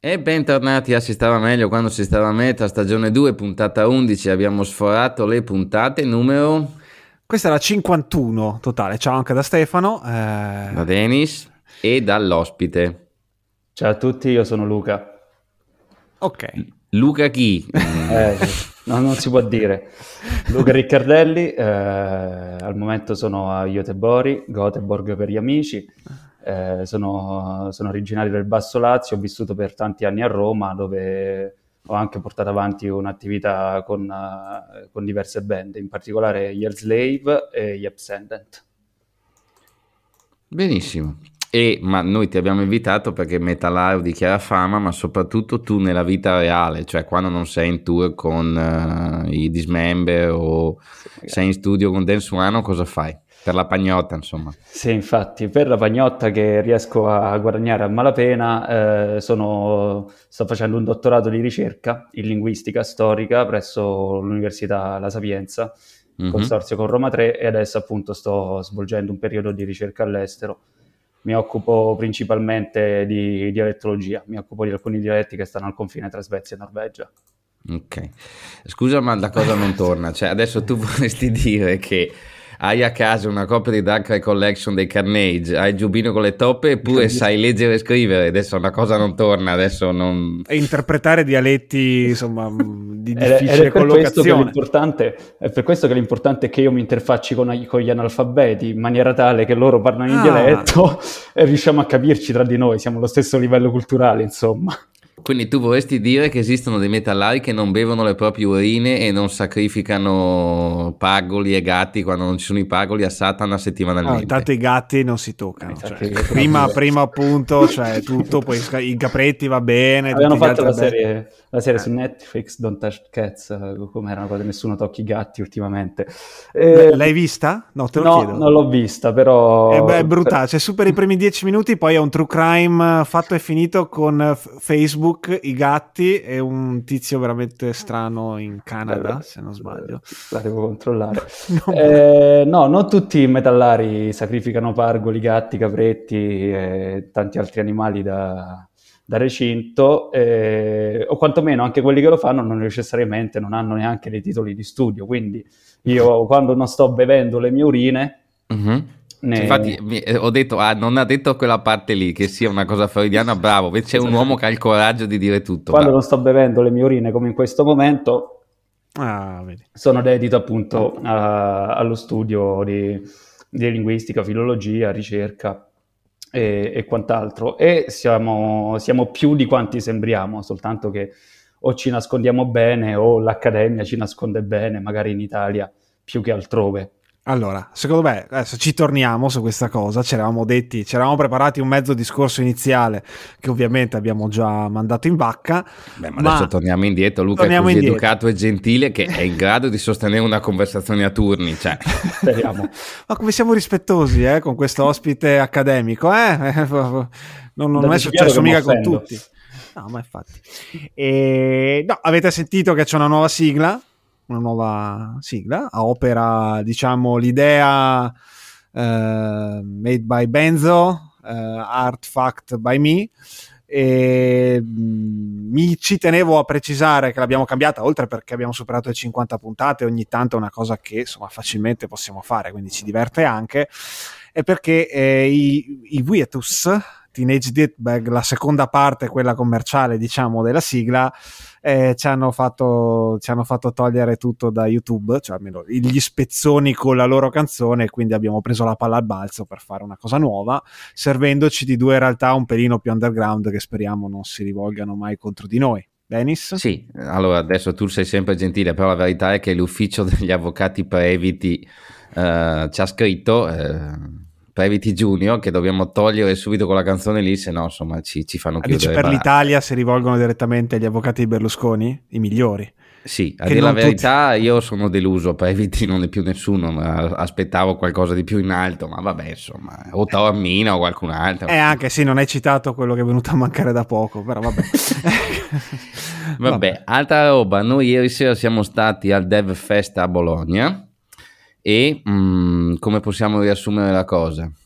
E bentornati a Si stava meglio quando si stava a metà, stagione 2, puntata 11. Abbiamo sforato le puntate numero Questa è la 51 totale. Ciao anche da Stefano. da Denis e dall'ospite. Ciao a tutti, io sono Luca. Ok. Luca chi? Non si può dire. Luca Riccardelli, al momento sono a Göteborg, Göteborg per gli amici. Sono originario del Basso Lazio, ho vissuto per tanti anni a Roma, dove ho anche portato avanti un'attività con diverse band, in particolare gli Slave e gli Absendent. Benissimo. Ma noi ti abbiamo invitato perché Metallaro dichiara fama, ma soprattutto tu nella vita reale, cioè quando non sei in tour con i Dismember o sei in studio con Dance One, cosa fai? Per la pagnotta, insomma. Sì, infatti, per la pagnotta che riesco a guadagnare a malapena, sto facendo un dottorato di ricerca in linguistica storica presso l'Università La Sapienza, consorzio con Roma 3, e adesso appunto sto svolgendo un periodo di ricerca all'estero. Mi occupo principalmente di dialettologia, mi occupo di alcuni dialetti che stanno al confine tra Svezia e Norvegia. Ok, scusa, ma la cosa non torna, cioè adesso tu vorresti dire che hai a casa una copia di Dark Collection dei Carnage, hai il giubbino con le toppe eppure sai leggere e scrivere, adesso una cosa non torna, adesso non... E interpretare dialetti, insomma, di difficile collocazione. È per questo che l'importante è che io mi interfacci con gli analfabeti in maniera tale che loro parlano in dialetto e riusciamo a capirci tra di noi, siamo allo stesso livello culturale, insomma. Quindi tu vorresti dire che esistono dei metallari che non bevono le proprie urine e non sacrificano pagoli e gatti quando non ci sono i pagoli a Satana settimanalmente? Intanto i gatti non si toccano, cioè, prima appunto, cioè tutto, poi i capretti va bene. Abbiamo fatto la serie su Netflix, Don't Touch Cats, come era una cosa, nessuno tocchi i gatti ultimamente. L'hai vista? No, te lo chiedo. No, non l'ho vista, però... È brutale, cioè super i primi 10 minuti, poi è un true crime fatto e finito con Facebook, i gatti e un tizio veramente strano in Canada, se non sbaglio. La devo controllare. No, non tutti i metallari sacrificano pargoli, gatti, capretti e tanti altri animali da recinto, o quantomeno anche quelli che lo fanno non necessariamente non hanno neanche dei titoli di studio, quindi io quando non sto bevendo le mie urine... Infatti ho detto, non ha detto quella parte lì che sia una cosa freudiana, bravo, c'è un uomo che ha il coraggio di dire tutto. Quando non sto bevendo le mie urine come in questo momento, vedi. sono dedito appunto allo studio di linguistica, filologia, ricerca e quant'altro, e siamo più di quanti sembriamo, soltanto che o ci nascondiamo bene o l'accademia ci nasconde bene, magari in Italia più che altrove. Allora, secondo me, adesso ci torniamo su questa cosa, ci eravamo preparati un mezzo discorso iniziale che ovviamente abbiamo già mandato in vacca. Ma adesso torniamo indietro, Luca è così educato e gentile che è in grado di sostenere una conversazione a turni, cioè. Speriamo. Ma come siamo rispettosi con questo ospite accademico, non è successo mica con tutti. No, ma infatti. No, avete sentito che c'è una nuova sigla a opera, diciamo, l'idea made by Benzo, art fact by me, e ci tenevo a precisare che l'abbiamo cambiata, oltre perché abbiamo superato le 50 puntate, ogni tanto è una cosa che insomma facilmente possiamo fare, quindi ci diverte anche, è perché i Vietus Teenage Dirtbag, la seconda parte, quella commerciale diciamo della sigla, ci hanno fatto togliere tutto da YouTube, cioè almeno gli spezzoni con la loro canzone, quindi abbiamo preso la palla al balzo per fare una cosa nuova, servendoci di due realtà un pelino più underground che speriamo non si rivolgano mai contro di noi. Dennis? Sì, allora adesso tu sei sempre gentile, però la verità è che l'ufficio degli avvocati Previti ci ha scritto Previti Junior che dobbiamo togliere subito quella canzone lì, se no insomma ci fanno chiudere. Dici per l'Italia si rivolgono direttamente agli avvocati di Berlusconi? I migliori? Sì, a dire la verità io sono deluso, Previti non è più nessuno, ma aspettavo qualcosa di più in alto, ma vabbè insomma, o Taormina o qualcun altro. Anche sì, non hai citato quello che è venuto a mancare da poco, però vabbè. Vabbè, altra roba, noi ieri sera siamo stati al Dev Fest a Bologna e come possiamo riassumere la cosa?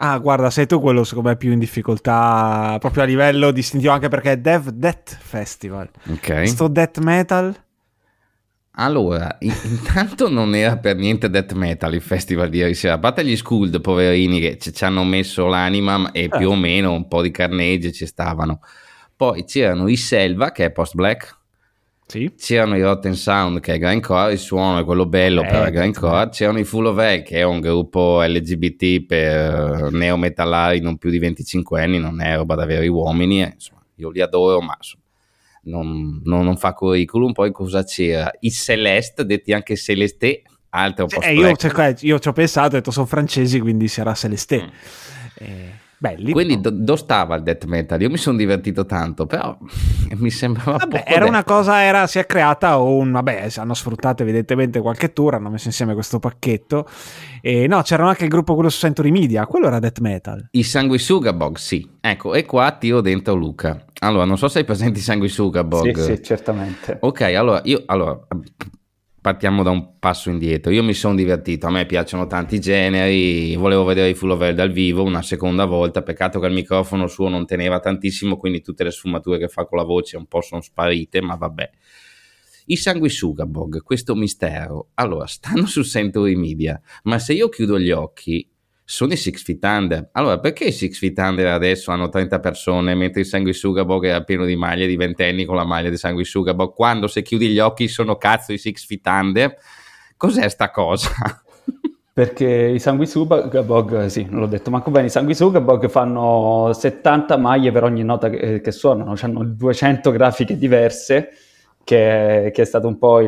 Ah, guarda, sei tu quello secondo me più in difficoltà proprio a livello distintivo, anche perché è Death Festival. Ok. Sto death metal. Allora, intanto non era per niente death metal il festival di ieri sera, a parte gli Skuld, poverini, che ci hanno messo l'anima e più o meno un po' di carnage ci stavano. Poi c'erano i Selva, che è post-black. Sì. C'erano i Rotten Sound, che è grindcore, il suono è quello bello per grindcore. C'erano i Full of Hell, che è un gruppo LGBT per neometallari non più di 25 anni, non è roba da veri uomini, insomma, io li adoro, ma non fa curriculum. Poi cosa c'era? I Celeste, detti anche Celeste, altro post-black. Io ci ho pensato, ho detto sono francesi, quindi sarà Celeste. Belli, quindi stava il death metal? Io mi sono divertito tanto, però mi sembrava poco era una cosa, si è creata hanno sfruttato evidentemente qualche tour, hanno messo insieme questo pacchetto e no, c'erano anche il gruppo quello su Century Media, quello era death metal. I Sanguisugabog, sì, ecco, e qua tiro dentro Luca. Allora, non so se hai presenti i Sanguisugabog. Sì, certamente. Ok, allora partiamo da un passo indietro. Io mi sono divertito, a me piacciono tanti generi, volevo vedere i Full of Hell dal vivo una seconda volta, peccato che il microfono suo non teneva tantissimo, quindi tutte le sfumature che fa con la voce un po' sono sparite, ma vabbè. I Sanguisugabog, questo mistero, allora, stanno su Century Media, ma se io chiudo gli occhi sono i Six Feet Under. Allora, perché i Six Feet Under adesso hanno 30 persone, mentre il Sanguisugabog era pieno di maglie di ventenni con la maglia di Sanguisugabog, quando se chiudi gli occhi sono cazzo i Six Feet Under? Cos'è sta cosa? Perché i Sanguisugabog, sì, non l'ho detto manco bene, i Sanguisugabog fanno 70 maglie per ogni nota che suonano, hanno 200 grafiche diverse, che è stato un po'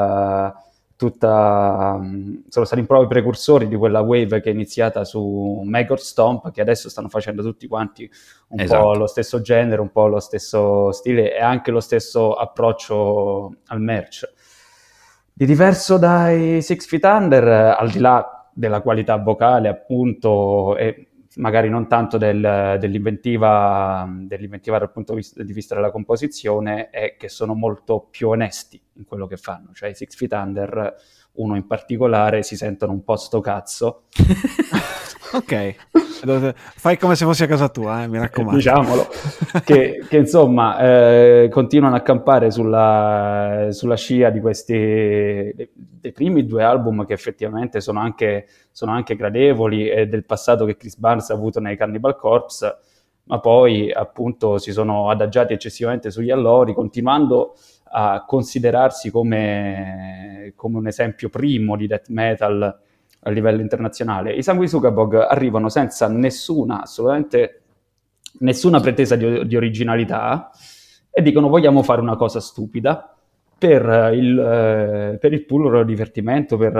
sono stati un po' i precursori di quella wave che è iniziata su Maggot Stomp, che adesso stanno facendo tutti quanti un po' lo stesso genere, un po' lo stesso stile e anche lo stesso approccio al merch. Di diverso dai Six Feet Under, al di là della qualità vocale appunto e magari non tanto dell'inventiva dal punto di vista della composizione, è che sono molto più onesti in quello che fanno. Cioè i Six Feet Under, uno in particolare, si sentono un po' sto cazzo. Ok, fai come se fossi a casa tua, mi raccomando. Diciamolo, che insomma continuano a campare sulla scia di questi dei primi due album, che effettivamente sono anche gradevoli, e del passato che Chris Barnes ha avuto nei Cannibal Corpse, ma poi appunto si sono adagiati eccessivamente sugli allori, continuando a considerarsi come un esempio primo di death metal a livello internazionale. I Sanguisugabog arrivano senza assolutamente nessuna pretesa di originalità e dicono: vogliamo fare una cosa stupida per il puro divertimento, per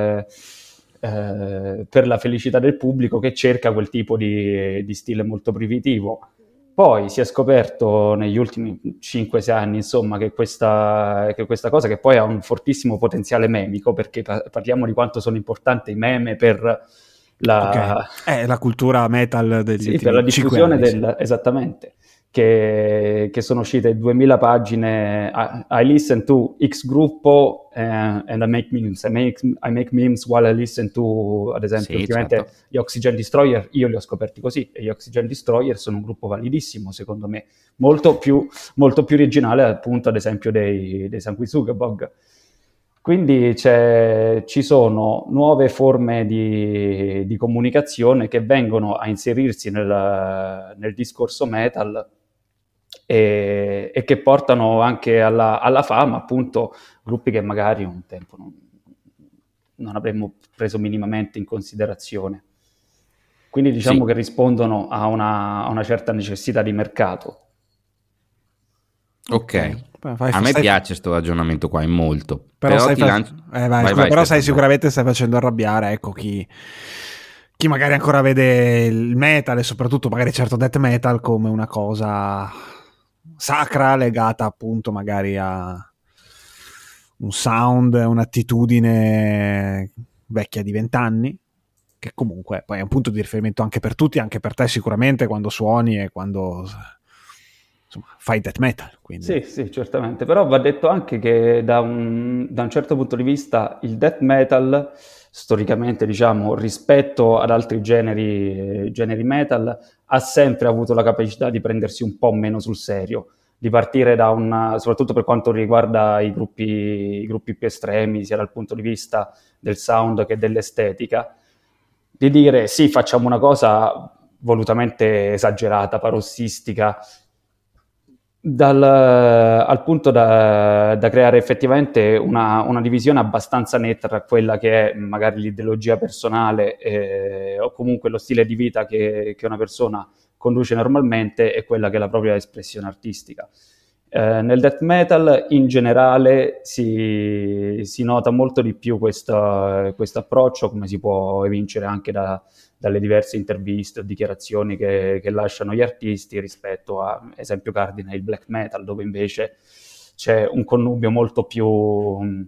la felicità del pubblico che cerca quel tipo di stile molto primitivo. Poi si è scoperto negli ultimi 5-6 anni, insomma, che questa cosa, che poi ha un fortissimo potenziale memico, perché parliamo di quanto sono importanti i meme per la cultura metal degli sì, per la diffusione anni, esattamente, che sono uscite 2000 pagine. I listen to X gruppo and I make memes. I make memes while I listen to, ad esempio, ultimamente certo, gli Oxygen Destroyer. Io li ho scoperti così, e gli Oxygen Destroyer sono un gruppo validissimo, secondo me, molto più originale, appunto, ad esempio dei Sanguisugabog. Quindi ci sono nuove forme di comunicazione che vengono a inserirsi nel discorso metal e che portano anche alla fama, appunto, gruppi che magari un tempo non avremmo preso minimamente in considerazione. Quindi diciamo che rispondono a una certa necessità di mercato. Ok. A me piace questo ragionamento qua, è molto. Però sai, sicuramente stai facendo arrabbiare, ecco, chi magari ancora vede il metal e soprattutto magari certo death metal come una cosa sacra, legata appunto magari a un sound, un'attitudine vecchia di 20 anni, che comunque poi è un punto di riferimento anche per tutti, anche per te sicuramente, quando suoni e quando insomma, fai death metal. Quindi. Sì, certamente, però va detto anche che da un certo punto di vista il death metal, storicamente diciamo, rispetto ad altri generi metal, ha sempre avuto la capacità di prendersi un po' meno sul serio, di partire soprattutto per quanto riguarda i gruppi più estremi, sia dal punto di vista del sound che dell'estetica, di dire sì, facciamo una cosa volutamente esagerata, parossistica, al punto da creare effettivamente una divisione abbastanza netta tra quella che è magari l'ideologia personale o comunque lo stile di vita che una persona conduce normalmente e quella che è la propria espressione artistica. Nel death metal in generale si nota molto di più questo approccio, come si può evincere anche dalle diverse interviste o dichiarazioni che lasciano gli artisti rispetto a, esempio cardine, il black metal, dove invece c'è un connubio molto più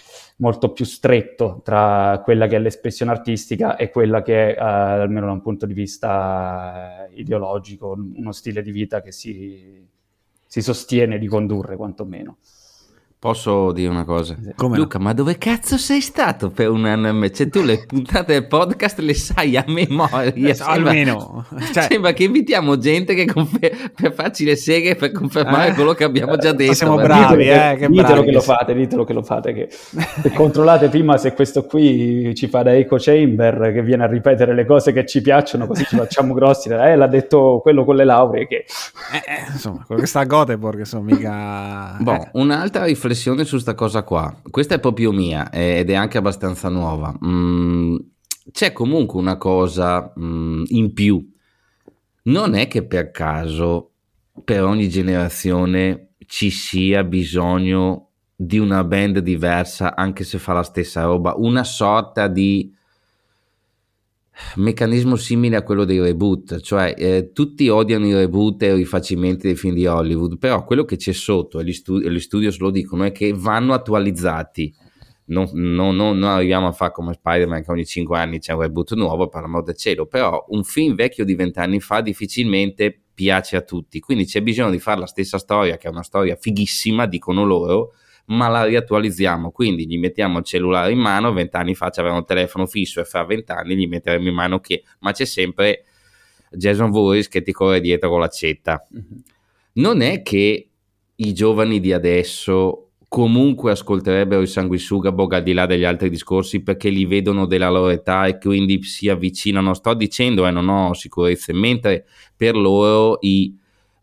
stretto tra quella che è l'espressione artistica e quella che è, almeno da un punto di vista ideologico, uno stile di vita che si sostiene di condurre, quantomeno. Posso dire una cosa? Come Luca, no? ma dove cazzo sei stato per un anno e mezzo? Cioè, tu le puntate del podcast le sai a memoria. Almeno. Sembra che invitiamo gente che per farci le seghe per confermare quello che abbiamo già detto. Siamo bravi, ditelo che lo fate, che controllate prima se questo qui ci fa da echo chamber, che viene a ripetere le cose che ci piacciono, così ci facciamo grossi. L'ha detto quello con le lauree che... insomma, quello che sta a Göteborg, insomma, mica... Un'altra riflessione su sta cosa qua, questa è proprio mia ed è anche abbastanza nuova. C'è comunque una cosa in più, non è che per caso per ogni generazione ci sia bisogno di una band diversa anche se fa la stessa roba, una sorta di meccanismo simile a quello dei reboot, cioè tutti odiano i reboot e i rifacimenti dei film di Hollywood, però quello che c'è sotto, e gli studios lo dicono, è che vanno attualizzati. Non arriviamo a fare come Spider-Man che ogni 5 anni c'è un reboot nuovo, per l'amor del cielo, però un film vecchio di 20 anni fa difficilmente piace a tutti, quindi c'è bisogno di fare la stessa storia, che è una storia fighissima, dicono loro, ma la riattualizziamo, quindi gli mettiamo il cellulare in mano, 20 anni fa c'aveva un telefono fisso e fra 20 anni gli metteremo in mano ma c'è sempre Jason Voorhees che ti corre dietro con l'accetta. Non è che i giovani di adesso comunque ascolterebbero i sanguisugabog al di là degli altri discorsi perché li vedono della loro età e quindi si avvicinano, sto dicendo non ho sicurezza, mentre per loro i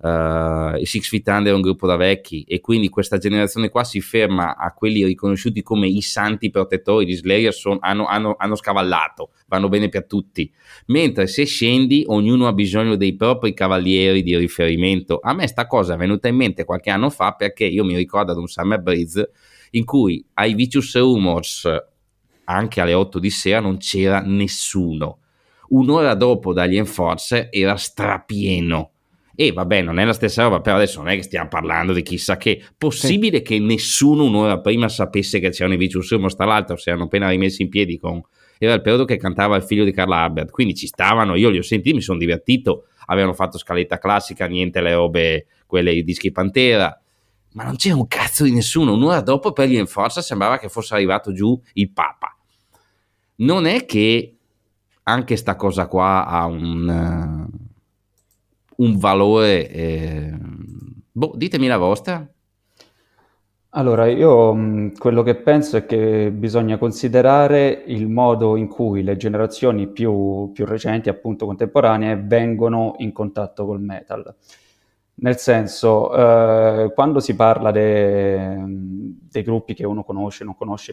Six Feet Under è un gruppo da vecchi e quindi questa generazione qua si ferma a quelli riconosciuti come i santi protettori di Slayer, hanno scavallato, vanno bene per tutti, mentre se scendi ognuno ha bisogno dei propri cavalieri di riferimento. A me sta cosa è venuta in mente qualche anno fa perché io mi ricordo ad un Summer Breeze in cui ai Vicious Rumors anche alle 8 di sera non c'era nessuno, un'ora dopo dagli Enforcer era strapieno. E vabbè, non è la stessa roba, però adesso non è che stiamo parlando di chissà che. Possibile che nessuno un'ora prima sapesse che c'erano i Vicious Rumors, tra l'altro si erano appena rimessi in piedi era il periodo che cantava il figlio di Carl Albert, quindi ci stavano, io li ho sentiti, mi sono divertito, avevano fatto scaletta classica, niente le robe, quelle i dischi Pantera, ma non c'era un cazzo di nessuno. Un'ora dopo per gli Enforcer sembrava che fosse arrivato giù il Papa. Non è che anche sta cosa qua ha un valore, ditemi la vostra. Allora, io quello che penso è che bisogna considerare il modo in cui le generazioni più recenti, appunto contemporanee, vengono in contatto col metal. Nel senso, quando si parla dei gruppi che uno conosce, non conosce,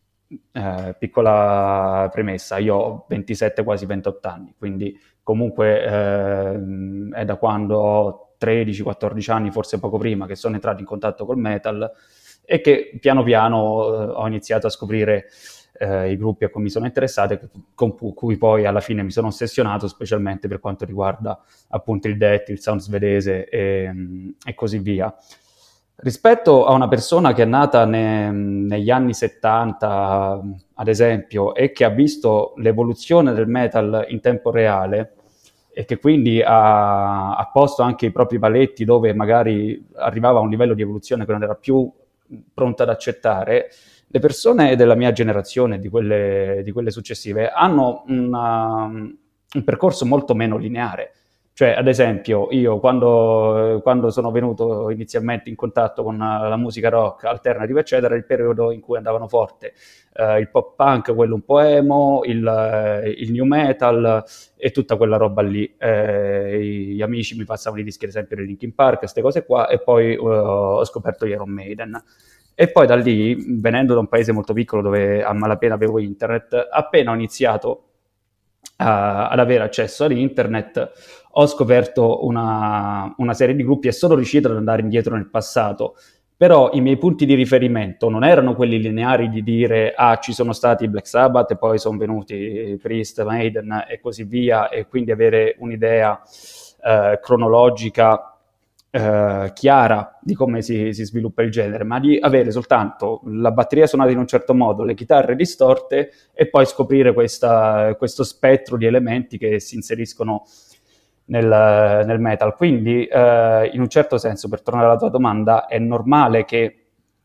piccola premessa, io ho 27, quasi 28 anni, quindi comunque è da quando ho 13-14 anni, forse poco prima, che sono entrato in contatto col metal e che piano piano ho iniziato a scoprire i gruppi a cui mi sono interessato e con cui poi alla fine mi sono ossessionato, specialmente per quanto riguarda appunto il death, il sound svedese e così via. Rispetto a una persona che è nata negli anni 70, ad esempio, e che ha visto l'evoluzione del metal in tempo reale, e che quindi ha posto anche i propri paletti dove magari arrivava a un livello di evoluzione che non era più pronta ad accettare, le persone della mia generazione, di quelle successive, hanno un percorso molto meno lineare. Cioè, ad esempio, io quando sono venuto inizialmente in contatto con la musica rock, alternative, eccetera, il periodo in cui andavano forte il pop punk, quello un po' emo, il new metal e tutta quella roba lì. Gli amici mi passavano i dischi, ad esempio, di Linkin Park, queste cose qua, e poi ho scoperto gli Iron Maiden. E poi da lì, venendo da un paese molto piccolo dove a malapena avevo internet, appena ho iniziato ad avere accesso ad internet, ho scoperto una serie di gruppi e sono riuscito ad andare indietro nel passato. Però i miei punti di riferimento non erano quelli lineari di dire ci sono stati Black Sabbath e poi sono venuti Priest, Maiden e così via, e quindi avere un'idea cronologica chiara di come si sviluppa il genere, ma di avere soltanto la batteria suonata in un certo modo, le chitarre distorte e poi scoprire questo spettro di elementi che si inseriscono nel metal. Quindi in un certo senso, per tornare alla tua domanda, è normale che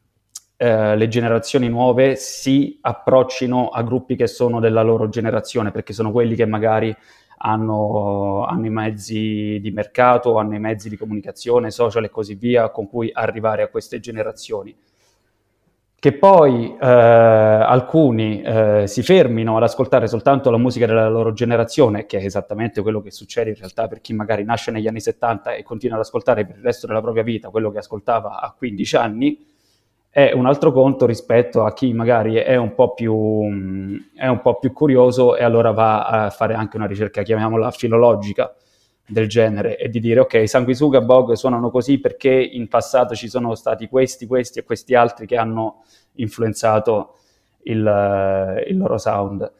le generazioni nuove si approccino a gruppi che sono della loro generazione, perché sono quelli che magari hanno i mezzi di mercato, hanno i mezzi di comunicazione, social e così via, con cui arrivare a queste generazioni. Che poi alcuni si fermino ad ascoltare soltanto la musica della loro generazione, che è esattamente quello che succede in realtà per chi magari nasce negli anni 70 e continua ad ascoltare per il resto della propria vita quello che ascoltava a 15 anni, è un altro conto rispetto a chi magari è un po' più curioso e allora va a fare anche una ricerca, chiamiamola filologica, del genere, e di dire ok, i Sanguisuga Bog suonano così perché in passato ci sono stati questi e questi altri che hanno influenzato il loro sound.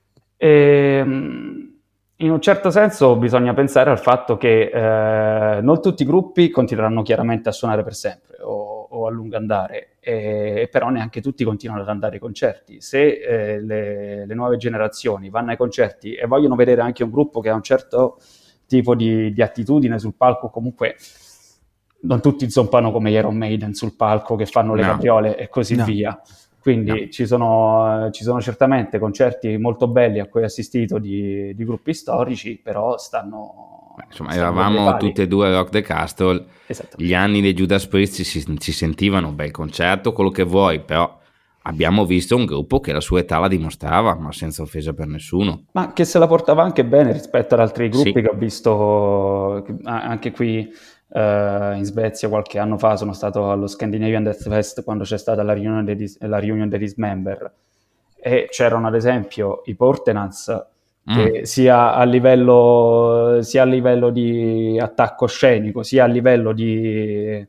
E, in un certo senso bisogna pensare al fatto che non tutti i gruppi continueranno chiaramente a suonare per sempre o a lungo andare, però neanche tutti continuano ad andare ai concerti. Se le nuove generazioni vanno ai concerti e vogliono vedere anche un gruppo che ha un certo tipo di attitudine sul palco, comunque non tutti zompano come gli Iron Maiden sul palco che fanno le capriole e così via. Quindi ci sono certamente concerti molto belli a cui ho assistito di gruppi storici, però stanno... Insomma, eravamo tutte e due Rock the Castle, gli anni dei Judas Priest si sentivano, bel concerto, quello che vuoi, però abbiamo visto un gruppo che la sua età la dimostrava, ma senza offesa per nessuno. Ma che se la portava anche bene rispetto ad altri gruppi che ho visto anche qui in Svezia qualche anno fa. Sono stato allo Scandinavian Death Fest quando c'è stata la reunion dei Dismember, e c'erano ad esempio i Portenance, che sia a livello di attacco scenico, sia a livello di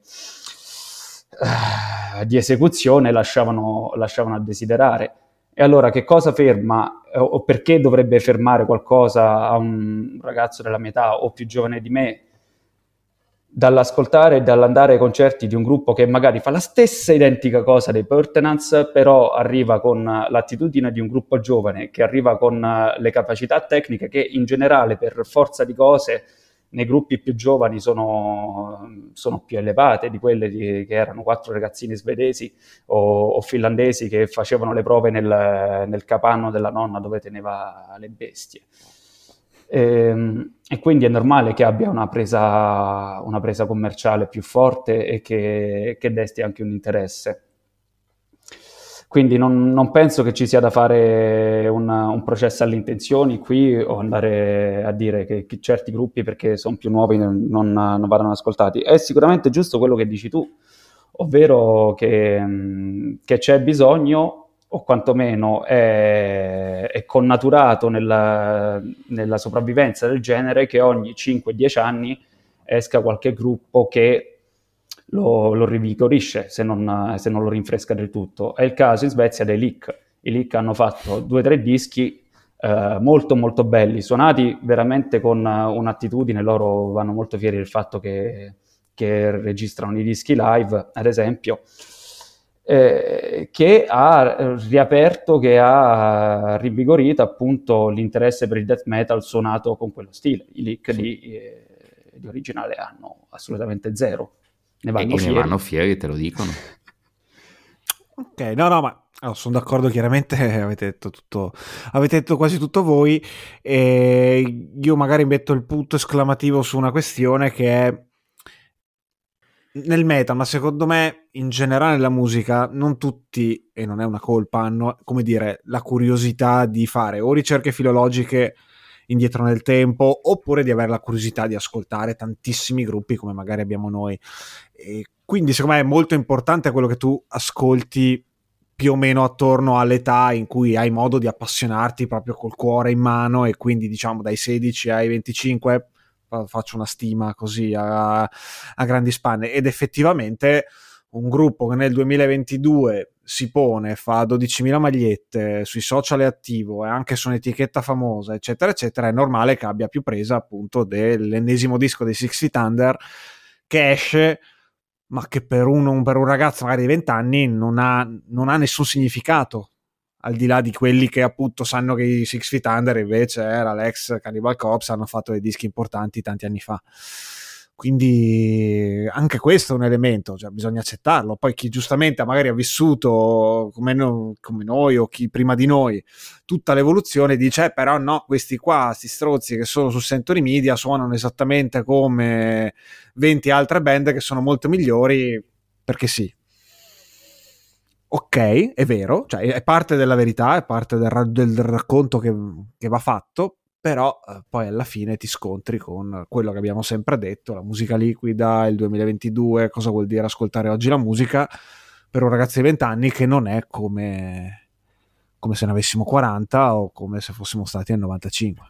esecuzione lasciavano a desiderare. E allora che cosa ferma o perché dovrebbe fermare qualcosa a un ragazzo della mia età o più giovane di me dall'ascoltare e dall'andare ai concerti di un gruppo che magari fa la stessa identica cosa dei Portenance, però arriva con l'attitudine di un gruppo giovane, che arriva con le capacità tecniche che in generale per forza di cose nei gruppi più giovani sono più elevate di quelle che erano 4 ragazzini svedesi o finlandesi che facevano le prove nel capanno della nonna dove teneva le bestie. E quindi è normale che abbia una presa commerciale più forte e che desti anche un interesse. Quindi non penso che ci sia da fare un processo alle intenzioni qui o andare a dire che certi gruppi, perché sono più nuovi, non vadano ascoltati. È sicuramente giusto quello che dici tu, ovvero che c'è bisogno, o quantomeno è connaturato nella sopravvivenza del genere, che ogni 5-10 anni esca qualche gruppo che lo rivigorisce, se non lo rinfresca del tutto. È il caso in Svezia dei Lick. I Lick hanno fatto 2-3 dischi molto molto belli, suonati veramente con un'attitudine. Loro vanno molto fieri del fatto che registrano i dischi live, ad esempio, che ha riaperto, che ha rivigorito appunto l'interesse per il death metal suonato con quello stile. I Leak di originale hanno assolutamente zero. Ne vanno fieri, te lo dicono. Ok, no, ma sono d'accordo, chiaramente avete detto quasi tutto voi, e io magari metto il punto esclamativo su una questione che è nel metal, ma secondo me in generale nella musica non tutti, e non è una colpa, hanno, come dire, la curiosità di fare o ricerche filologiche indietro nel tempo, oppure di avere la curiosità di ascoltare tantissimi gruppi come magari abbiamo noi. E quindi secondo me è molto importante quello che tu ascolti più o meno attorno all'età in cui hai modo di appassionarti proprio col cuore in mano, e quindi diciamo dai 16 ai 25, faccio una stima così a grandi spanne, ed effettivamente un gruppo che nel 2022 si pone, fa 12.000 magliette, sui social è attivo e anche su un'etichetta famosa, eccetera eccetera, è normale che abbia più presa appunto dell'ennesimo disco dei Six Feet Under che esce, ma che per un ragazzo magari di 20 anni non ha nessun significato, al di là di quelli che appunto sanno che i Six Feet Under invece era l'ex Cannibal Corpse, hanno fatto dei dischi importanti tanti anni fa. Quindi anche questo è un elemento, cioè bisogna accettarlo. Poi chi giustamente magari ha vissuto come noi o chi prima di noi tutta l'evoluzione dice però no, questi qua, sti strozzi che sono su Century Media suonano esattamente come 20 altre band che sono molto migliori, perché sì. Ok, è vero, cioè è parte della verità, è parte del racconto che va fatto, però poi alla fine ti scontri con quello che abbiamo sempre detto, la musica liquida, il 2022, cosa vuol dire ascoltare oggi la musica per un ragazzo di 20 anni, che non è come se ne avessimo 40 o come se fossimo stati nel 95.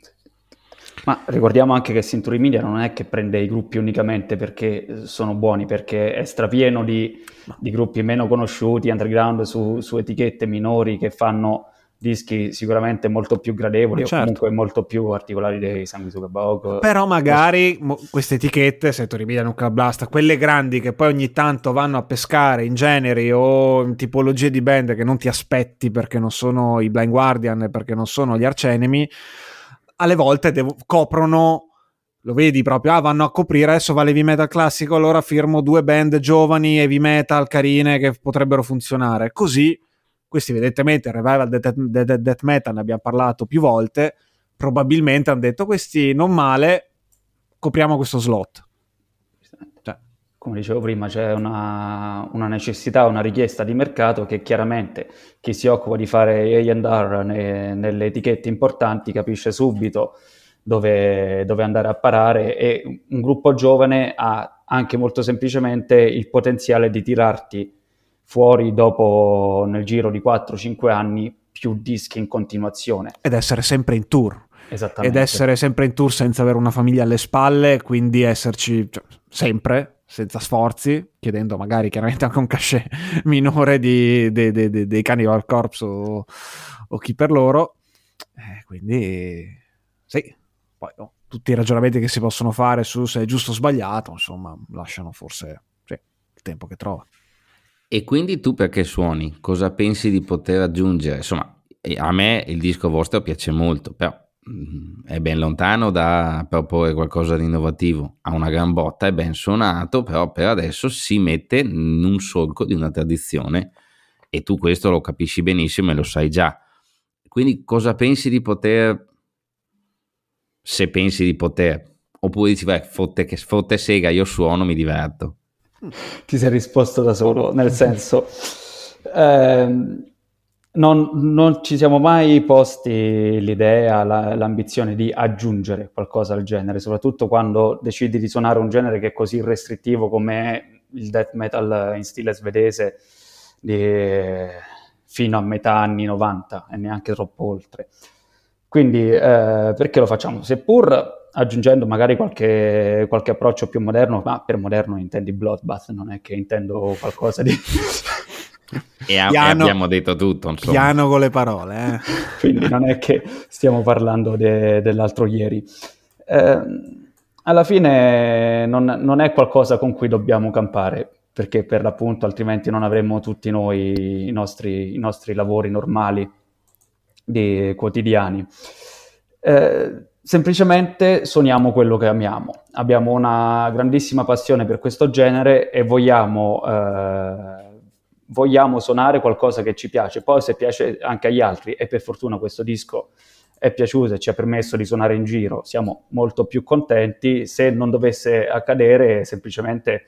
Ma ricordiamo anche che Century Media non è che prende i gruppi unicamente perché sono buoni, perché è strapieno di gruppi meno conosciuti, underground, su etichette minori, che fanno dischi sicuramente molto più gradevoli, o comunque molto più particolari dei Sanguisuga Bog. Però magari queste etichette, Century Media, Nuclear Blast, quelle grandi che poi ogni tanto vanno a pescare in generi o in tipologie di band che non ti aspetti, perché non sono i Blind Guardian e perché non sono gli Arch Enemy, alle volte coprono, lo vedi proprio, vanno a coprire, adesso va l'heavy metal classico, allora firmo 2 band giovani heavy metal carine che potrebbero funzionare. Così questi evidentemente il revival death metal, ne abbiamo parlato più volte, probabilmente hanno detto questi non male, copriamo questo slot. Come dicevo prima, c'è una necessità, una richiesta di mercato che chiaramente chi si occupa di fare A&R nelle etichette importanti capisce subito dove andare a parare, e un gruppo giovane ha anche molto semplicemente il potenziale di tirarti fuori dopo, nel giro di 4-5 anni, più dischi in continuazione. Ed essere sempre in tour. Esattamente. Ed essere sempre in tour senza avere una famiglia alle spalle, quindi esserci sempre senza sforzi, chiedendo magari chiaramente anche un cachet minore dei Cannibal Corpse o chi per loro, quindi sì, poi tutti i ragionamenti che si possono fare su se è giusto o sbagliato, insomma, lasciano forse il tempo che trova. E quindi tu perché suoni? Cosa pensi di poter aggiungere? Insomma, a me il disco vostro piace molto, però è ben lontano da proporre qualcosa di innovativo, ha una gran botta, è ben suonato, però per adesso si mette in un solco di una tradizione, e tu questo lo capisci benissimo e lo sai già. Quindi cosa pensi di poter, se pensi di poter, oppure dici beh, fotte sega, io suono, mi diverto? Ti sei risposto da solo, nel senso non ci siamo mai posti l'idea, l'ambizione di aggiungere qualcosa al genere, soprattutto quando decidi di suonare un genere che è così restrittivo come il death metal in stile svedese fino a metà anni 90 e neanche troppo oltre. Quindi perché lo facciamo? Seppur aggiungendo magari qualche approccio più moderno, ma per moderno intendi Bloodbath, non è che intendo qualcosa di... E abbiamo detto tutto, insomma. Piano con le parole. Quindi non è che stiamo parlando dell'altro ieri. Alla fine non è qualcosa con cui dobbiamo campare. perché per l'appunto altrimenti non avremmo tutti noi i nostri lavori normali quotidiani. Semplicemente suoniamo quello che amiamo. Abbiamo una grandissima passione per questo genere e vogliamo suonare qualcosa che ci piace. Poi se piace anche agli altri, e per fortuna questo disco è piaciuto e ci ha permesso di suonare in giro, siamo molto più contenti. Se non dovesse accadere, semplicemente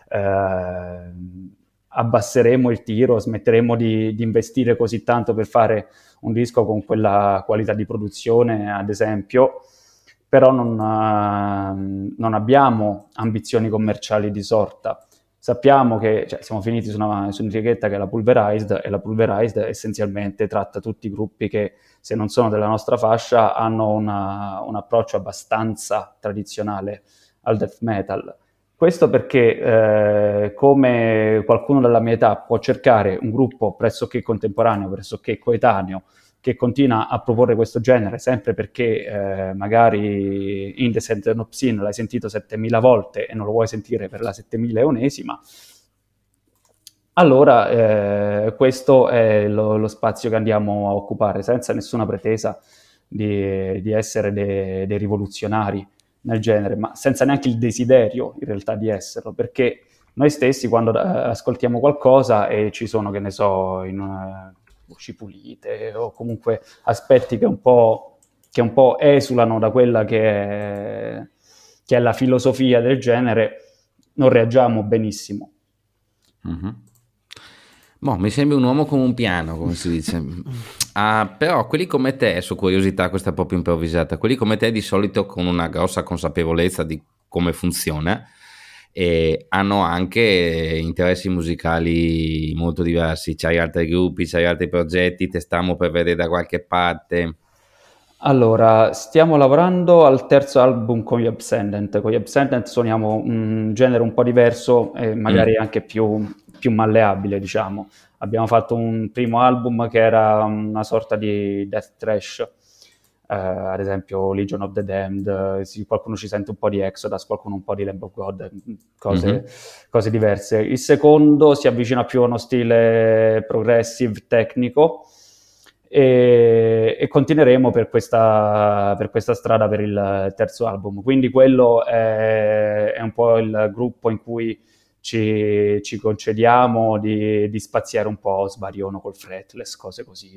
abbasseremo il tiro, smetteremo di investire così tanto per fare un disco con quella qualità di produzione, ad esempio, però non abbiamo ambizioni commerciali di sorta. Sappiamo che siamo finiti su un'etichetta che è la Pulverized, e la Pulverized essenzialmente tratta tutti i gruppi che, se non sono della nostra fascia, hanno un approccio abbastanza tradizionale al death metal. Questo perché, come qualcuno della mia età può cercare un gruppo pressoché contemporaneo, pressoché coetaneo, che continua a proporre questo genere, sempre perché magari Indecent and Obscene l'hai sentito 7000 volte e non lo vuoi sentire per la 7000esima, allora questo è lo spazio che andiamo a occupare, senza nessuna pretesa di essere dei rivoluzionari nel genere, ma senza neanche il desiderio in realtà di esserlo, perché noi stessi quando ascoltiamo qualcosa e ci sono, che ne so, voci pulite o comunque aspetti che un po' esulano da quella che è la filosofia del genere, non reagiamo benissimo. Mm-hmm. Boh, mi sembri un uomo come un piano, come si dice. Però quelli come te, su curiosità, questa è proprio improvvisata, quelli come te di solito con una grossa consapevolezza di come funziona, e hanno anche interessi musicali molto diversi. C'hai altri gruppi, c'hai altri progetti, te stiamo per vedere da qualche parte? Allora, stiamo lavorando al terzo album con gli Absendent. Con gli Absendent suoniamo un genere un po' diverso e magari anche più malleabile, diciamo. Abbiamo fatto un primo album che era una sorta di death thrash, ad esempio Legion of the Damned, qualcuno ci sente un po' di Exodus, qualcuno un po' di Lamb of God, cose diverse. Il secondo si avvicina più a uno stile progressive tecnico, e continueremo per questa strada per il terzo album. Quindi quello è un po' il gruppo in cui ci concediamo di spaziare un po', sbariono col fretless, cose così.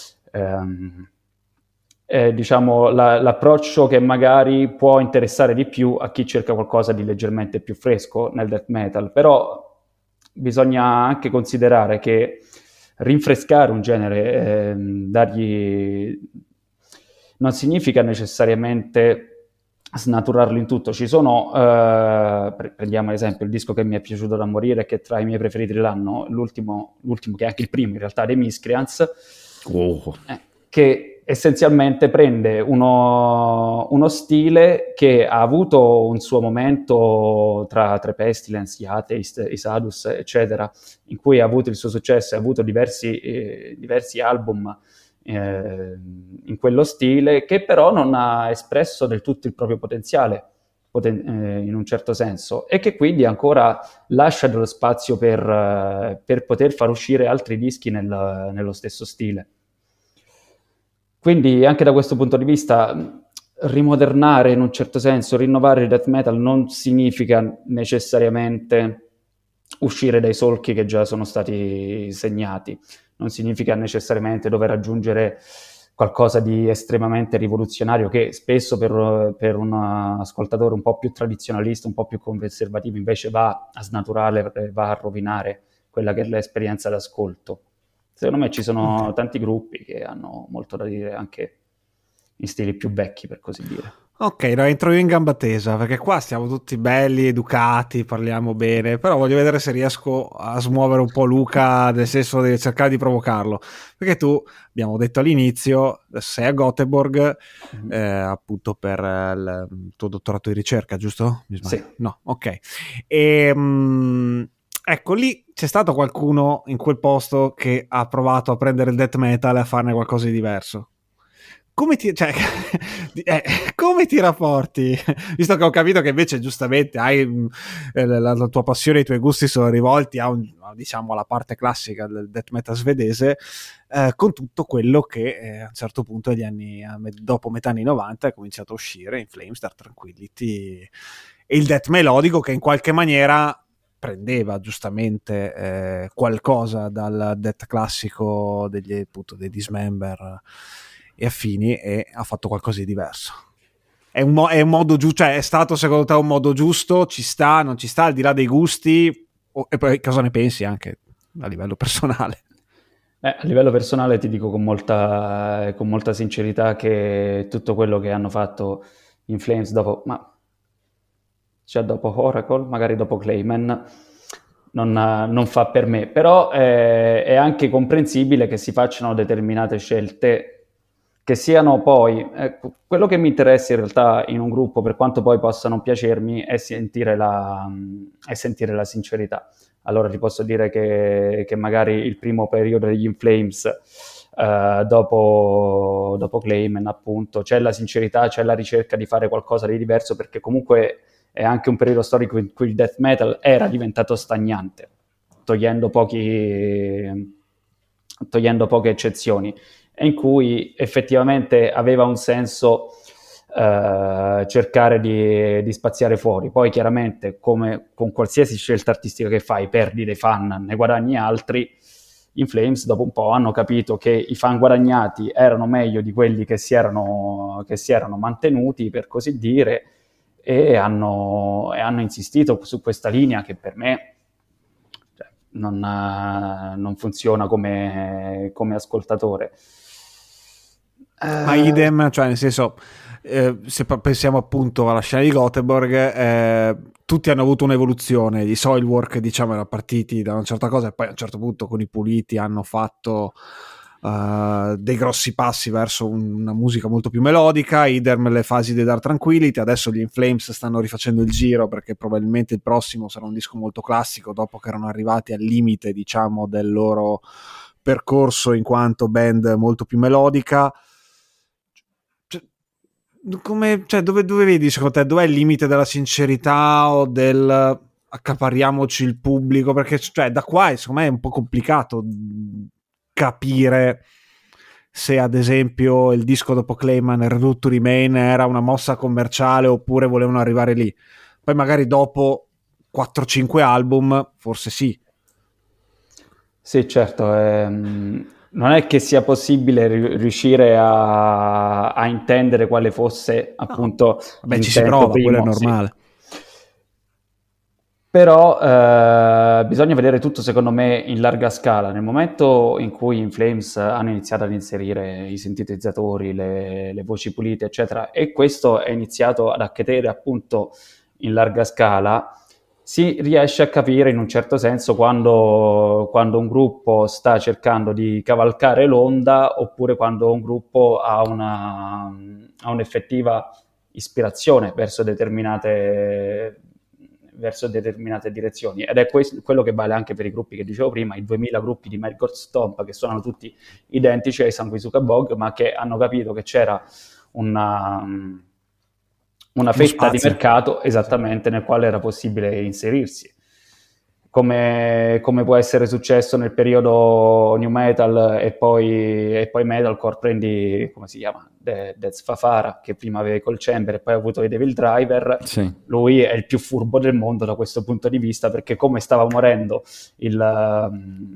Diciamo l'approccio che magari può interessare di più a chi cerca qualcosa di leggermente più fresco nel death metal, però bisogna anche considerare che rinfrescare un genere, dargli, non significa necessariamente snaturarlo in tutto. Ci sono, prendiamo ad esempio il disco che mi è piaciuto da morire, che è tra i miei preferiti dell'anno, l'ultimo che è anche il primo in realtà, dei Miscreants, che essenzialmente prende uno stile che ha avuto un suo momento tra Pestilence, gli Atheist, i Sadus, eccetera, in cui ha avuto il suo successo, ha avuto diversi album in quello stile, che però non ha espresso del tutto il proprio potenziale in un certo senso, e che quindi ancora lascia dello spazio per poter far uscire altri dischi nello stesso stile. Quindi anche da questo punto di vista rimodernare in un certo senso, rinnovare il death metal non significa necessariamente uscire dai solchi che già sono stati segnati, non significa necessariamente dover aggiungere qualcosa di estremamente rivoluzionario che spesso per un ascoltatore un po' più tradizionalista, un po' più conservativo, invece va a snaturare, va a rovinare quella che è l'esperienza d'ascolto. Secondo me ci sono tanti gruppi che hanno molto da dire anche in stili più vecchi, per così dire. Ok, no, entro io in gamba tesa, perché qua stiamo tutti belli, educati, parliamo bene, però voglio vedere se riesco a smuovere un po' Luca, nel senso di cercare di provocarlo, perché tu, abbiamo detto all'inizio, sei a Göteborg, appunto per il tuo dottorato di ricerca, giusto? Mi sbaglio? Sì. No, ok. Ecco, lì c'è stato qualcuno in quel posto che ha provato a prendere il death metal e a farne qualcosa di diverso. come ti rapporti? Visto che ho capito che invece giustamente hai la tua passione, i tuoi gusti sono rivolti diciamo alla parte classica del death metal svedese, con tutto quello che a un certo punto dopo metà anni 90 è cominciato a uscire in Flames, Dark Tranquillity e il death melodico, che in qualche maniera prendeva giustamente qualcosa dal death classico dei Dismember e affini, e ha fatto qualcosa di diverso. È un modo giusto, cioè è stato secondo te un modo giusto? Ci sta, non ci sta, al di là dei gusti? E poi cosa ne pensi anche a livello personale? A livello personale ti dico con molta sincerità che tutto quello che hanno fatto in Flames dopo Oracle, magari dopo Clayman, non fa per me, però è anche comprensibile che si facciano determinate scelte che siano poi... quello che mi interessa in realtà in un gruppo, per quanto poi possa non piacermi, è sentire la sincerità. Allora ti posso dire che magari il primo periodo degli In Flames, dopo Clayman appunto, c'è la sincerità, c'è la ricerca di fare qualcosa di diverso, perché comunque è anche un periodo storico in cui il death metal era diventato stagnante, togliendo poche eccezioni, e in cui effettivamente aveva un senso cercare di spaziare fuori. Poi chiaramente, come con qualsiasi scelta artistica che fai, perdi dei fan, ne guadagni altri. In Flames dopo un po' hanno capito che i fan guadagnati erano meglio di quelli che si erano mantenuti, per così dire, e hanno insistito su questa linea che per me non funziona come ascoltatore. Ma idem, cioè nel senso, se pensiamo appunto alla scena di Göteborg, tutti hanno avuto un'evoluzione. Di Soilwork, diciamo, erano partiti da una certa cosa e poi a un certo punto con i Puliti hanno fatto dei grossi passi verso una musica molto più melodica. Idem le fasi di Dark Tranquillity. Adesso gli In Flames stanno rifacendo il giro, perché probabilmente il prossimo sarà un disco molto classico, dopo che erano arrivati al limite, diciamo, del loro percorso in quanto band molto più melodica. Dove vedi secondo te, dov'è il limite della sincerità o del accaparriamoci il pubblico? Perché da qua secondo me è un po' complicato capire se ad esempio il disco dopo Clayman, Return to Remain, era una mossa commerciale oppure volevano arrivare lì. Poi magari dopo 4-5 album forse sì. Sì, certo, non è che sia possibile riuscire a intendere quale fosse appunto... Vabbè, ci si prova, quello è normale. Sì. Però bisogna vedere tutto, secondo me, in larga scala. Nel momento in cui In Flames hanno iniziato ad inserire i sintetizzatori, le voci pulite, eccetera, e questo è iniziato ad accadere appunto in larga scala, si riesce a capire in un certo senso quando un gruppo sta cercando di cavalcare l'onda, oppure quando un gruppo ha un'effettiva ispirazione verso determinate direzioni, ed è quello che vale anche per i gruppi che dicevo prima, i 2000 gruppi di Melkor Stomp, che suonano tutti identici ai Sanguisuka Bog, ma che hanno capito che c'era una fetta di mercato esattamente nel quale era possibile inserirsi, come può essere successo nel periodo new metal e poi metalcore. Prendi, come si chiama, Death Fafara, che prima aveva i Cold Chamber e poi ha avuto i Devil Driver. Sì. Lui è il più furbo del mondo da questo punto di vista, perché come stava morendo la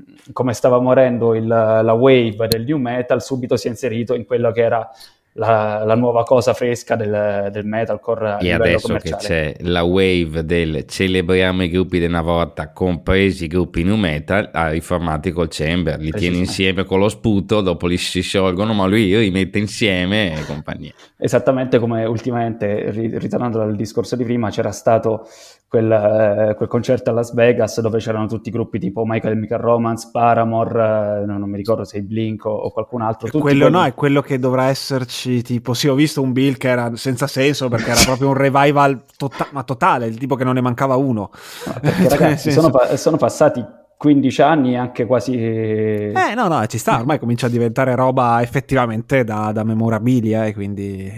wave del new metal, subito si è inserito in quello che era la nuova cosa fresca del metalcore. E adesso che c'è la wave del celebriamo i gruppi di una volta, compresi i gruppi new metal, ha riformati col Chamber, li tiene insieme con lo sputo, dopo li si sciolgono, ma lui rimette insieme e compagnia. Esattamente come ultimamente, ritornando dal discorso di prima, c'era stato quel concerto a Las Vegas dove c'erano tutti i gruppi tipo Michael and Michael Romance, Paramore, non mi ricordo se Blink o qualcun altro. No, è quello che dovrà esserci, tipo, sì, ho visto un bill che era senza senso, perché era proprio un revival ma totale, il tipo che non ne mancava uno. Perché ragazzi, sono passati 15 anni, anche quasi... No, ci sta, ormai comincia a diventare roba effettivamente da memorabilia, quindi...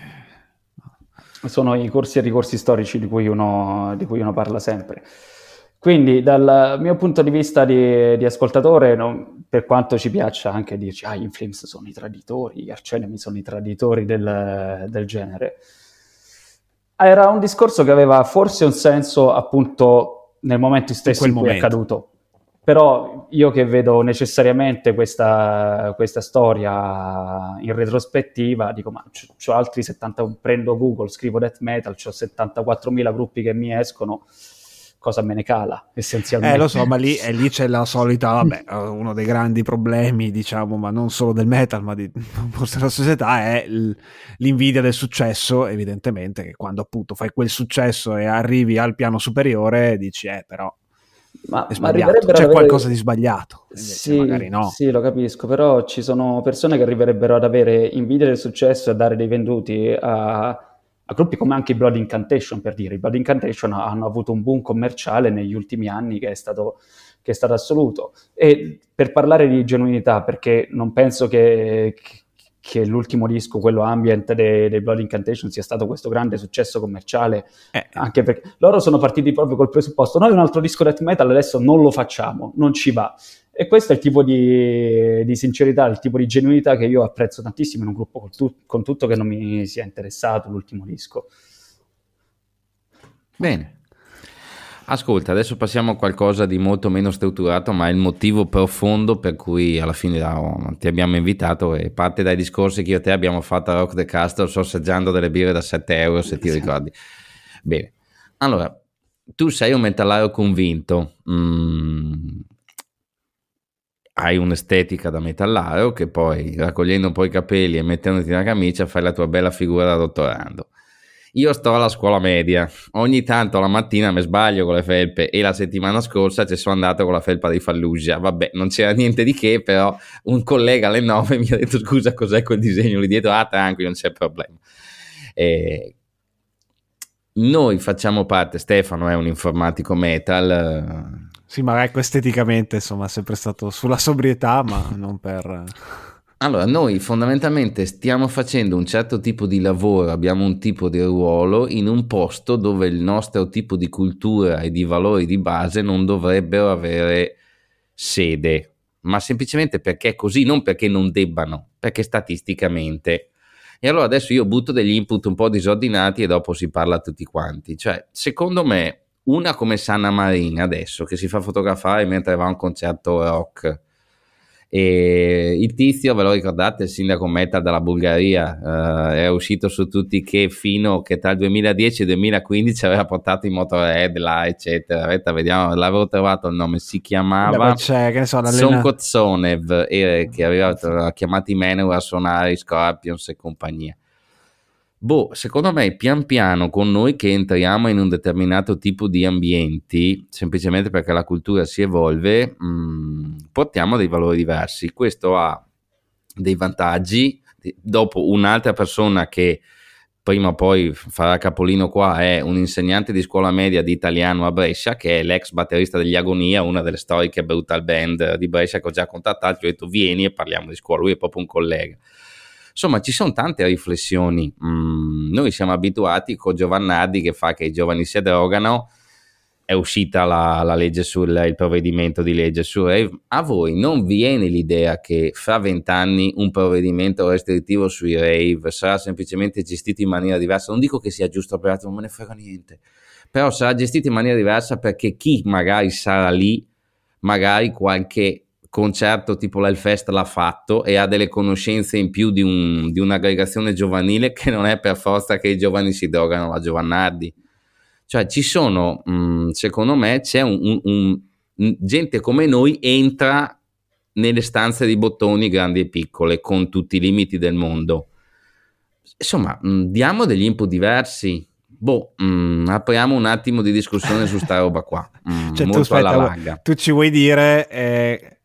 Sono i corsi e ricorsi storici di cui uno parla sempre. Quindi dal mio punto di vista di ascoltatore, per quanto ci piaccia anche dirci gli Inflames sono i traditori, gli Arch Enemy sono i traditori del genere, era un discorso che aveva forse un senso appunto nel momento stesso in cui è accaduto. Però io che vedo necessariamente questa storia in retrospettiva, dico, ma c'ho altri 70, prendo Google, scrivo death metal, c'ho 74.000 gruppi che mi escono, cosa me ne cala, essenzialmente. Lo so, ma lì c'è la solita, uno dei grandi problemi, diciamo, ma non solo del metal, ma forse della società, è l'invidia del successo, evidentemente, che quando appunto fai quel successo e arrivi al piano superiore, dici, però... Ma c'è qualcosa di sbagliato, sì, magari no. Sì, lo capisco, però ci sono persone che arriverebbero ad avere invidia del successo e a dare dei venduti a gruppi come anche i Blood Incantation, per dire. I Blood Incantation hanno avuto un boom commerciale negli ultimi anni che è stato assoluto. E per parlare di genuinità, perché non penso che l'ultimo disco, quello Ambient dei Blood Incantation, sia stato questo grande successo commerciale, anche perché loro sono partiti proprio col presupposto: noi un altro disco death metal adesso non lo facciamo, non ci va. E questo è il tipo di sincerità, il tipo di genuinità che io apprezzo tantissimo in un gruppo, con tutto che non mi sia interessato l'ultimo disco. Bene. Ascolta, adesso passiamo a qualcosa di molto meno strutturato, ma è il motivo profondo per cui alla fine ti abbiamo invitato, e parte dai discorsi che io e te abbiamo fatto a Rock the Castle sorseggiando delle birre da 7 euro, se ti ricordi. Bene, allora, tu sei un metallaro convinto, hai un'estetica da metallaro che poi, raccogliendo un po' i capelli e mettendoti una camicia, fai la tua bella figura da dottorando. Io sto alla scuola media, ogni tanto la mattina mi sbaglio con le felpe, e la settimana scorsa ci sono andato con la felpa di Fallujah. Vabbè, non c'era niente di che, però un collega alle 9 mi ha detto: scusa, cos'è quel disegno lì dietro? Tranquillo, non c'è problema. Noi facciamo parte, Stefano è un informatico metal. Sì, ma ecco, esteticamente insomma è sempre stato sulla sobrietà, ma non per... Allora, noi fondamentalmente stiamo facendo un certo tipo di lavoro, abbiamo un tipo di ruolo in un posto dove il nostro tipo di cultura e di valori di base non dovrebbero avere sede, ma semplicemente perché è così, non perché non debbano, perché statisticamente. E allora adesso io butto degli input un po' disordinati e dopo si parla tutti quanti. Cioè, secondo me, una come Sanna Marin adesso, che si fa fotografare mentre va a un concerto rock, e il tizio, ve lo ricordate, il sindaco metal della Bulgaria, è uscito su tutti che fino che tra il 2010 e il 2015 aveva portato i Motorhead là, eccetera. Vediamo, l'avevo trovato il nome, si chiamava Sonkotsonev, che aveva chiamato i Manowar a suonare, i Scorpions e compagnia. Secondo me pian piano, con noi che entriamo in un determinato tipo di ambienti, semplicemente perché la cultura si evolve, portiamo dei valori diversi. Questo ha dei vantaggi. Dopo, un'altra persona che prima o poi farà capolino qua è un insegnante di scuola media di italiano a Brescia, che è l'ex batterista degli Agonia, una delle storiche brutal band di Brescia che ho già contattato. Gli ho detto: vieni e parliamo di scuola. Lui è proprio un collega. Insomma, ci sono tante riflessioni. Noi siamo abituati con Giovannardi che fa che i giovani si drogano. È uscita la legge il provvedimento di legge sul rave. A voi non viene l'idea che fra 20 anni un provvedimento restrittivo sui rave sarà semplicemente gestito in maniera diversa? Non dico che sia giusto o sbagliato, non me ne frega niente, però sarà gestito in maniera diversa perché chi magari sarà lì, magari qualche concerto tipo l'Hellfest l'ha fatto e ha delle conoscenze in più di un'aggregazione giovanile, che non è per forza che i giovani si drogano alla Giovannardi. Cioè ci sono, secondo me c'è gente come noi entra nelle stanze di bottoni grandi e piccole con tutti i limiti del mondo. Insomma, diamo degli input diversi. Apriamo un attimo di discussione su sta roba qua. Cioè, molto alla larga. Tu ci vuoi dire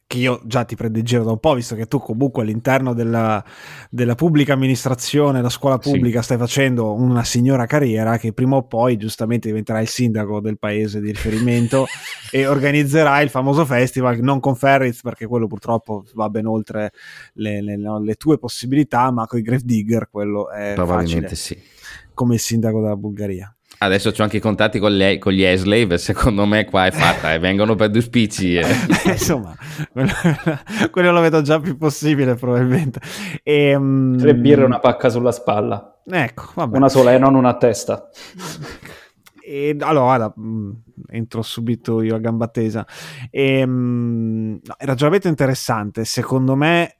che io già ti prendo in giro da un po', visto che tu comunque all'interno della pubblica amministrazione, la scuola pubblica, stai facendo una signora carriera, che prima o poi giustamente diventerai il sindaco del paese di riferimento e organizzerai il famoso festival, non con Ferriz, perché quello purtroppo va ben oltre le tue possibilità, ma con i Gravedigger quello è probabilmente facile, come il sindaco della Bulgaria. Adesso c'ho anche i contatti con gli Eslave, secondo me qua è fatta, e vengono per due spicci. Insomma, quello lo vedo già più possibile probabilmente. 3 birre e una pacca sulla spalla. Ecco, vabbè. Una sola e non una a testa. E allora entro subito io a gamba tesa. No, il ragionamento interessante, secondo me.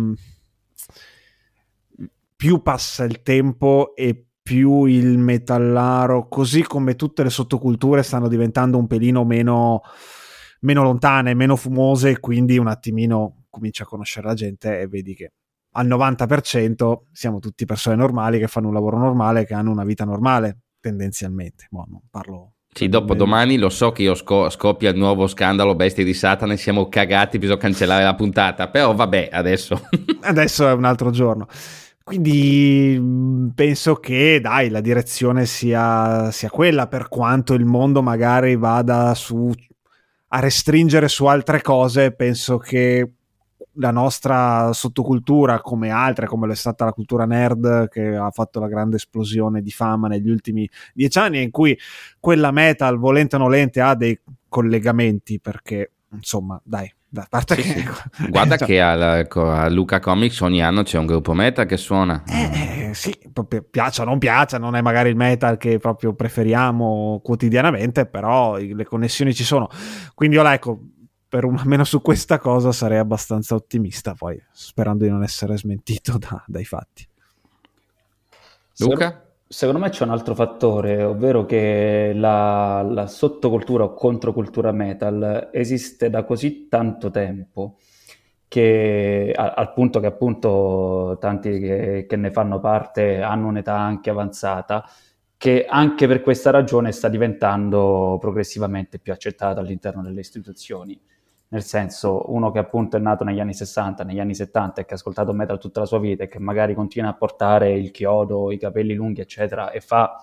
Più passa il tempo e più il metallaro, così come tutte le sottoculture, stanno diventando un pelino meno lontane, meno fumose, quindi un attimino comincia a conoscere la gente e vedi che al 90% siamo tutti persone normali che fanno un lavoro normale, che hanno una vita normale tendenzialmente. Non parlo. Sì, dopo domani lo so che io scoppia il nuovo scandalo Bestie di Satana e siamo cagati, bisogna cancellare la puntata, però vabbè, adesso è un altro giorno. Quindi penso che la direzione sia quella, per quanto il mondo magari vada a restringere su altre cose. Penso che la nostra sottocultura, come altre, come l'è stata la cultura nerd, che ha fatto la grande esplosione di fama negli ultimi 10 anni, in cui quella metal, volente o nolente, ha dei collegamenti, perché insomma, da parte sì, che sì. Guarda che a Luca Comics ogni anno c'è un gruppo metal che suona. Sì, piaccia o non piaccia, non è magari il metal che proprio preferiamo quotidianamente, però le connessioni ci sono. Quindi io almeno su questa cosa sarei abbastanza ottimista, poi sperando di non essere smentito dai fatti. Luca? Secondo me c'è un altro fattore, ovvero che la sottocultura o controcultura metal esiste da così tanto tempo che al punto che appunto tanti che ne fanno parte hanno un'età anche avanzata, che anche per questa ragione sta diventando progressivamente più accettata all'interno delle istituzioni. Nel senso, uno che appunto è nato negli anni 60, negli anni 70 e che ha ascoltato metal tutta la sua vita e che magari continua a portare il chiodo, i capelli lunghi, eccetera,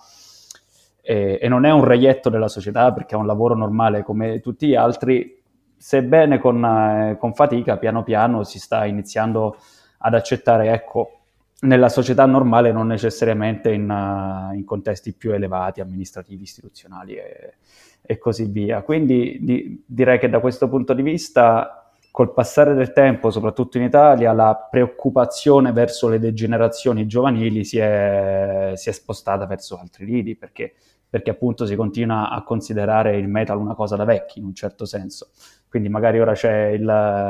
e non è un reietto della società perché ha un lavoro normale come tutti gli altri, sebbene con fatica, piano piano si sta iniziando ad accettare, ecco, nella società normale, non necessariamente in contesti più elevati, amministrativi, istituzionali e così via. Quindi direi che da questo punto di vista, col passare del tempo, soprattutto in Italia, la preoccupazione verso le degenerazioni giovanili si è spostata verso altri lidi, perché appunto si continua a considerare il metal una cosa da vecchi, in un certo senso. Quindi magari ora c'è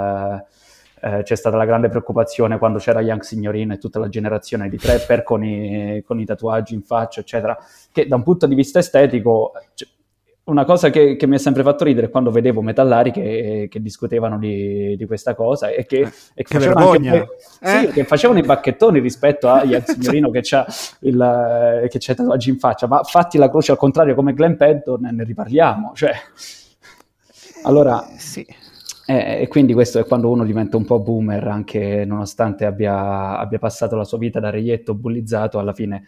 stata la grande preoccupazione quando c'era Young Signorino e tutta la generazione di trapper con i tatuaggi in faccia, eccetera, che da un punto di vista estetico, una cosa che mi ha sempre fatto ridere quando vedevo metallari che discutevano di questa cosa e che facevano vergogna. Sì, che facevano i bacchettoni rispetto a Young Signorino che c'ha i tatuaggi in faccia, ma fatti la croce al contrario come Glenn Penton ne riparliamo, cioè allora sì. E quindi questo è quando uno diventa un po' boomer, anche nonostante abbia passato la sua vita da reietto bullizzato, alla fine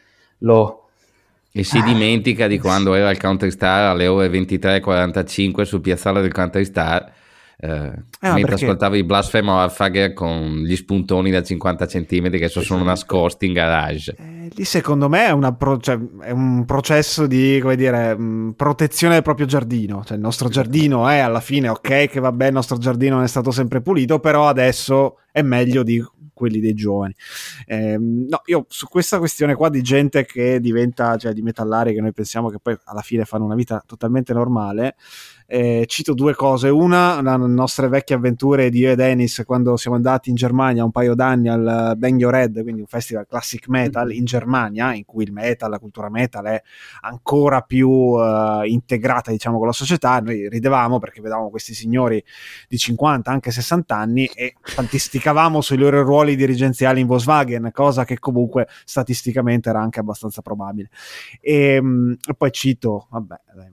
e si dimentica di quando era il Country Star alle ore 23:45 sul piazzale del Country Star, mentre ascoltava i Blasphemo Orphagher con gli spuntoni da 50 centimetri che sono nascosti in garage. Lì secondo me è un processo di, come dire, protezione del proprio giardino. Cioè il nostro giardino è alla fine, ok, che vabbè, il nostro giardino non è stato sempre pulito, però adesso è meglio di quelli dei giovani. No, io su questa questione qua di gente che diventa, cioè di metallari che noi pensiamo che poi alla fine fanno una vita totalmente normale, cito due cose. Una, le nostre vecchie avventure di io e Dennis quando siamo andati in Germania un paio d'anni al Bang Your Head, quindi un festival classic metal in Germania, in cui il metal, la cultura metal è ancora più integrata, diciamo, con la società. Noi ridevamo perché vedevamo questi signori di 50, anche 60 anni e fantasticavamo sui loro ruoli dirigenziali in Volkswagen, cosa che comunque statisticamente era anche abbastanza probabile. E poi cito, vabbè,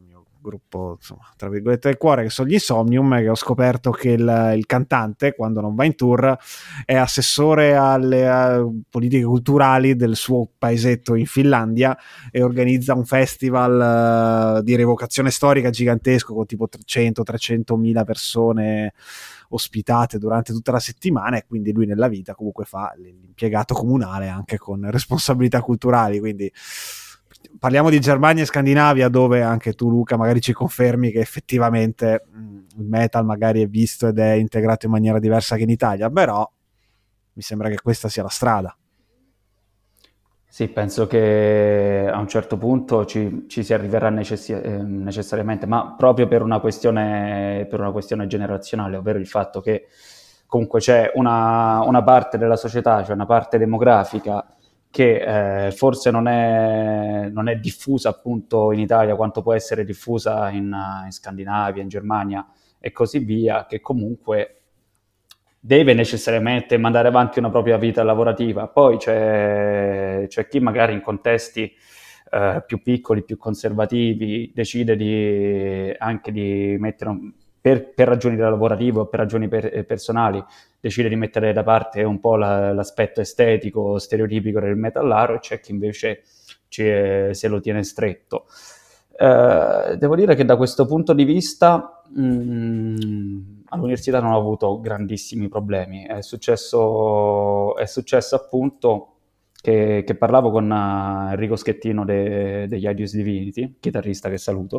gruppo insomma, tra virgolette del cuore, che sono gli Insomnium, che ho scoperto che il cantante, quando non va in tour, è assessore alle politiche culturali del suo paesetto in Finlandia e organizza un festival di rievocazione storica gigantesco con tipo 300-300 mila persone ospitate durante tutta la settimana, e quindi lui nella vita comunque fa l'impiegato comunale anche con responsabilità culturali. Quindi parliamo di Germania e Scandinavia, dove anche tu, Luca, magari ci confermi che effettivamente il metal magari è visto ed è integrato in maniera diversa che in Italia, però mi sembra che questa sia la strada. Sì, penso che a un certo punto ci si arriverà necessariamente, ma proprio per una questione generazionale, ovvero il fatto che comunque c'è una parte della società, cioè una parte demografica che forse non è diffusa appunto in Italia quanto può essere diffusa in Scandinavia, in Germania e così via, che comunque deve necessariamente mandare avanti una propria vita lavorativa. Poi c'è chi magari in contesti più piccoli, più conservativi, decide anche di mettere, per ragioni lavorative o per ragioni personali, decide di mettere da parte un po' l'aspetto estetico, stereotipico del metallaro, e c'è chi invece se lo tiene stretto. Devo dire che da questo punto di vista all'università non ho avuto grandissimi problemi. È successo appunto che parlavo con Enrico Schettino degli Ideus Divinity, chitarrista che saluto,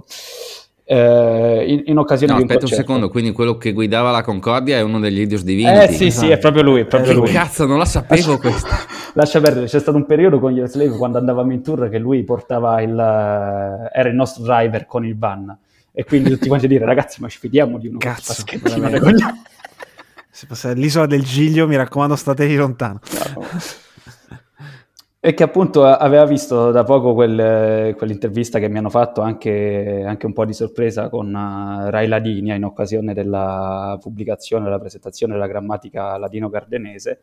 in occasione di un aspetta concerto. Un secondo, quindi quello che guidava la Concordia è uno degli Ideus Divinity? Sì, sì, è proprio lui. Che cazzo, non la sapevo questa. Lascia perdere, c'è stato un periodo con gli Slave quando andavamo in tour che lui portava era il nostro driver con il van, e quindi tutti quanti dire: ragazzi, ma ci fidiamo di uno paschettino di coglioni. Se passate all'isola del Giglio, mi raccomando, statevi lontano. No. E che appunto aveva visto da poco quell'intervista che mi hanno fatto anche un po' di sorpresa con Rai Ladinia in occasione della pubblicazione, della presentazione della grammatica ladino-gardenese,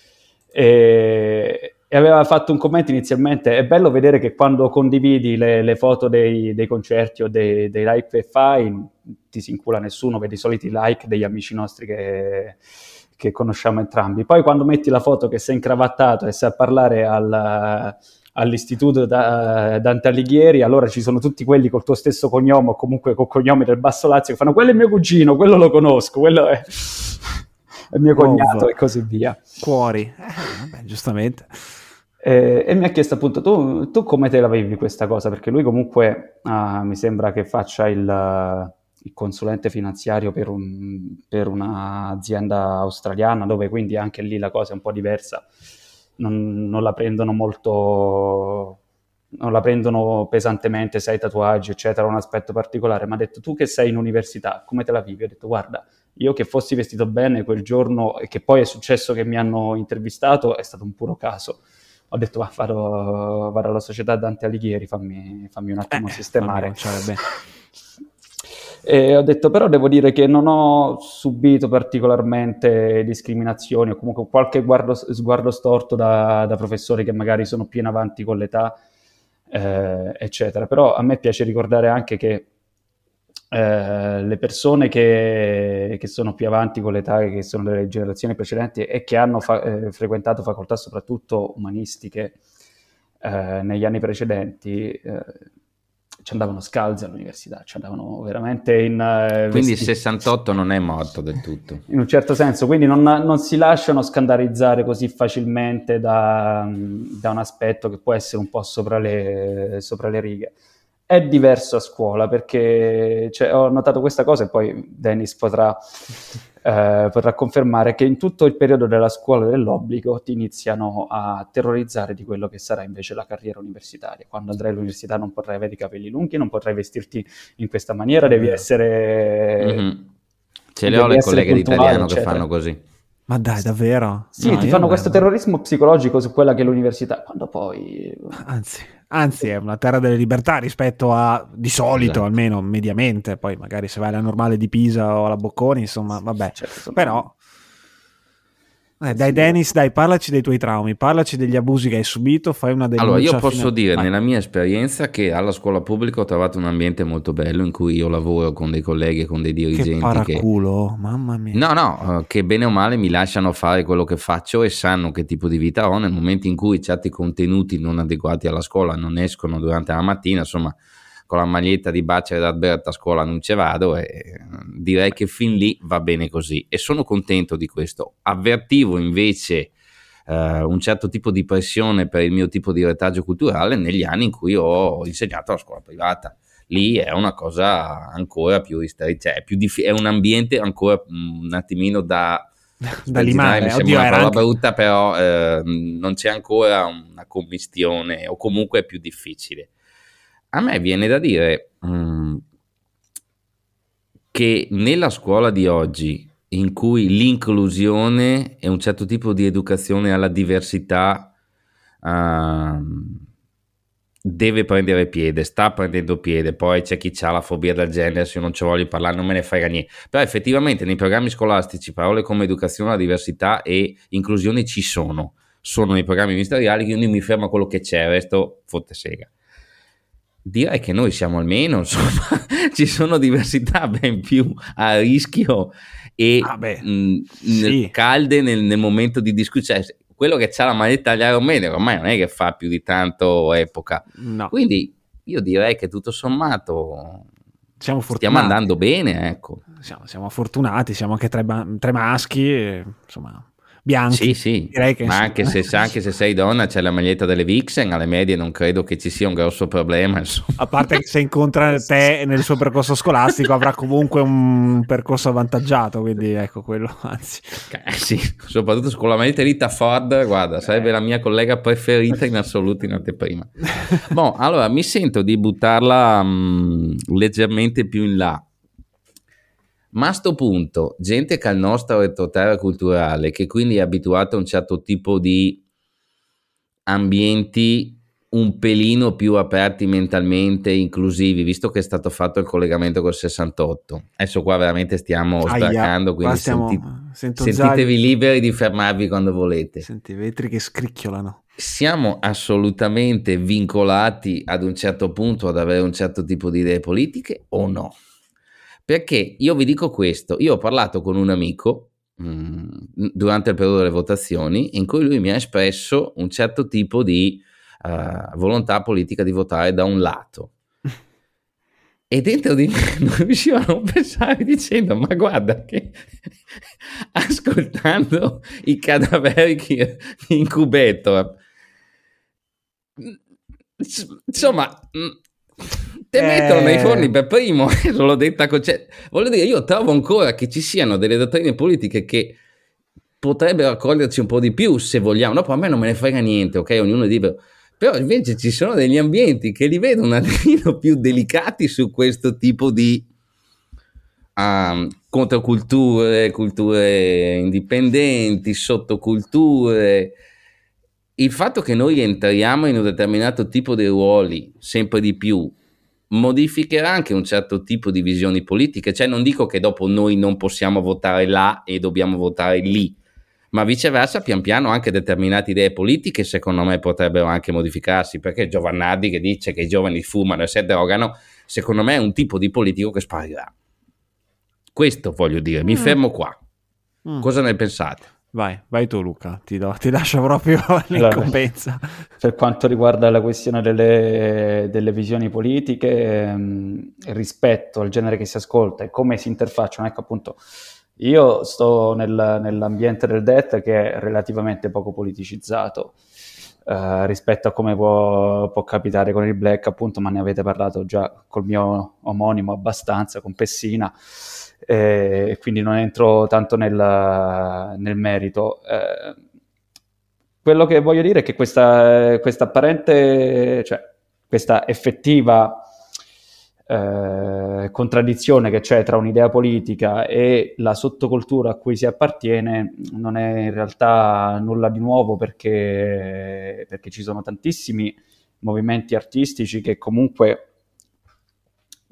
e aveva fatto un commento inizialmente: è bello vedere che quando condividi le foto dei concerti o dei live che fai, non ti si incula nessuno, vedi i soliti like degli amici nostri che conosciamo entrambi. Poi quando metti la foto che sei incravattato e sei a parlare all'istituto Dante Alighieri, allora ci sono tutti quelli col tuo stesso cognome o comunque col cognome del Basso Lazio che fanno: quello è mio cugino, quello lo conosco, quello è mio cognato, e così via. Cuori. Vabbè, giustamente. E mi ha chiesto appunto: tu come te la vivi questa cosa? Perché lui comunque mi sembra che faccia il consulente finanziario per un'azienda australiana, dove quindi anche lì la cosa è un po' diversa, non la prendono molto, non la prendono pesantemente se hai tatuaggi eccetera, un aspetto particolare. Ma ha detto: tu che sei in università, come te la vivi? Ho detto: guarda, io che fossi vestito bene quel giorno, e che poi è successo che mi hanno intervistato, è stato un puro caso. Ho detto: vado alla società Dante Alighieri, fammi un attimo sistemare. E ho detto: però devo dire che non ho subito particolarmente discriminazioni o comunque qualche sguardo storto da professori che magari sono più in avanti con l'età, eccetera. Però a me piace ricordare anche che le persone che sono più avanti con l'età, che sono delle generazioni precedenti e che hanno frequentato facoltà soprattutto umanistiche negli anni precedenti, ci andavano scalzi all'università, ci andavano veramente quindi il 68 non è morto del tutto, in un certo senso, quindi non si lasciano scandalizzare così facilmente da un aspetto che può essere un po' sopra le righe. È diverso a scuola, perché ho notato questa cosa, e poi Dennis potrà confermare che in tutto il periodo della scuola dell'obbligo ti iniziano a terrorizzare di quello che sarà invece la carriera universitaria. Quando andrai all'università non potrai avere i capelli lunghi, non potrai vestirti in questa maniera, devi essere... Ce le ho le colleghe di italiano eccetera. Che fanno così. Ma dai, davvero? Sì, no, ti fanno questo terrorismo psicologico su quella che è l'università, quando poi... Anzi, è una terra delle libertà rispetto a, di solito, almeno mediamente, poi magari se vai alla normale di Pisa o alla Bocconi, insomma, vabbè. Certo, però... Dai Dennis, dai, parlaci dei tuoi traumi, parlaci degli abusi che hai subito, fai una denuncia. Allora, io posso dire nella mia esperienza che alla scuola pubblica ho trovato un ambiente molto bello in cui io lavoro con dei colleghi e con dei dirigenti che paraculo, mamma mia. No, che bene o male mi lasciano fare quello che faccio e sanno che tipo di vita ho nel momento in cui certi contenuti non adeguati alla scuola non escono durante la mattina, insomma, con la maglietta di Bacia ed Alberta a scuola non ci vado e direi che fin lì va bene così e sono contento di questo. Avvertivo invece un certo tipo di pressione per il mio tipo di retaggio culturale negli anni in cui ho insegnato alla scuola privata. Lì è una cosa ancora più cioè è un ambiente ancora un attimino da limare. Mi sembra una parola brutta, però non c'è ancora una commistione o comunque è più difficile. A me viene da dire che nella scuola di oggi, in cui l'inclusione e un certo tipo di educazione alla diversità deve prendere piede, sta prendendo piede, poi c'è chi ha la fobia del genere, se io non ci voglio parlare non me ne frega niente, però effettivamente nei programmi scolastici parole come educazione alla diversità e inclusione ci sono nei programmi ministeriali, quindi mi fermo a quello che c'è, il resto fotte sega. Direi che noi siamo almeno, insomma, ci sono diversità ben più a rischio e sì. calde nel momento di discussione. Quello che c'ha la maglietta agli Iron Maiden ormai non è che fa più di tanto epoca. No. Quindi io direi che tutto sommato stiamo andando bene, ecco. Siamo fortunati, siamo anche tre maschi, insomma, bianchi. Sì, direi che ma anche se sei donna c'è la maglietta delle Vixen, alle medie non credo che ci sia un grosso problema, insomma. A parte che se incontra te nel suo percorso scolastico avrà comunque un percorso avvantaggiato, quindi ecco quello, anzi. Sì, soprattutto con la maglietta Rita Ford, guarda, sarebbe la mia collega preferita in assoluto in anteprima. Boh, allora mi sento di buttarla leggermente più in là. Ma a sto punto, gente che ha il nostro retroterra culturale, che quindi è abituata a un certo tipo di ambienti un pelino più aperti mentalmente, inclusivi, visto che è stato fatto il collegamento col 68. Adesso qua veramente stiamo sbarcando, quindi sentitevi liberi di fermarvi quando volete. Senti i vetri che scricchiolano. Siamo assolutamente vincolati ad un certo punto ad avere un certo tipo di idee politiche o no? Perché io vi dico questo, io ho parlato con un amico durante il periodo delle votazioni in cui lui mi ha espresso un certo tipo di volontà politica di votare da un lato e dentro di me non riuscivo a non pensare dicendo ma guarda che ascoltando i cadaverici incubator insomma te mettono nei forni per primo, l'ho detta voglio dire, io trovo ancora che ci siano delle dottrine politiche che potrebbero accoglierci un po' di più se vogliamo, no, a me non me ne frega niente, ok, ognuno è libero, però invece ci sono degli ambienti che li vedo un attimino più delicati su questo tipo di controculture, culture indipendenti, sottoculture. Il fatto che noi entriamo in un determinato tipo di ruoli sempre di più modificherà anche un certo tipo di visioni politiche, cioè non dico che dopo noi non possiamo votare là e dobbiamo votare lì, ma viceversa pian piano anche determinate idee politiche secondo me potrebbero anche modificarsi, perché Giovannardi che dice che i giovani fumano e si drogano, secondo me è un tipo di politico che sparirà. Questo voglio dire, mi fermo qua. Cosa ne pensate? Vai tu Luca, ti lascio proprio l'incombenza. Allora, per quanto riguarda la questione delle visioni politiche rispetto al genere che si ascolta e come si interfacciano, ecco appunto, io sto nell'ambiente del DET che è relativamente poco politicizzato rispetto a come può capitare con il Black, appunto, ma ne avete parlato già col mio omonimo abbastanza, con Pessina. Quindi non entro tanto nel merito. Quello che voglio dire è che questa apparente, cioè questa effettiva contraddizione che c'è tra un'idea politica e la sottocultura a cui si appartiene non è in realtà nulla di nuovo, perché ci sono tantissimi movimenti artistici che comunque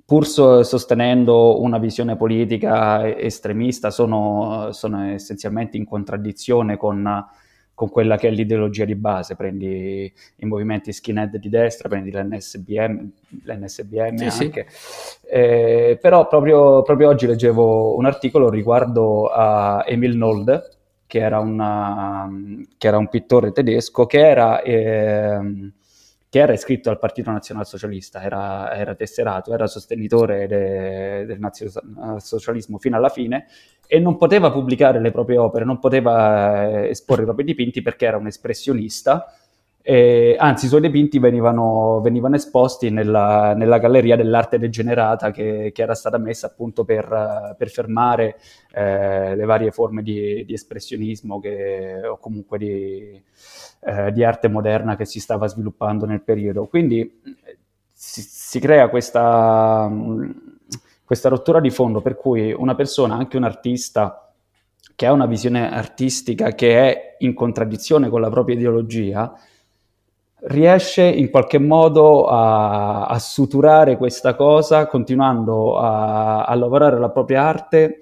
pur sostenendo una visione politica estremista, sono essenzialmente in contraddizione con quella che è l'ideologia di base. Prendi i movimenti skinhead di destra, prendi l'NSBM Sì, anche. Però proprio oggi leggevo un articolo riguardo a Emil Nolde, che era un pittore tedesco che era iscritto al Partito Nazionalsocialista, era tesserato, era sostenitore del nazionalsocialismo fino alla fine, e non poteva pubblicare le proprie opere, non poteva esporre i propri dipinti perché era un espressionista. Anzi, i suoi dipinti venivano esposti nella galleria dell'arte degenerata che era stata messa appunto per fermare le varie forme di espressionismo o comunque di arte moderna che si stava sviluppando nel periodo. Quindi si crea questa rottura di fondo, per cui una persona, anche un artista che ha una visione artistica che è in contraddizione con la propria ideologia, riesce in qualche modo a suturare questa cosa, continuando a lavorare la propria arte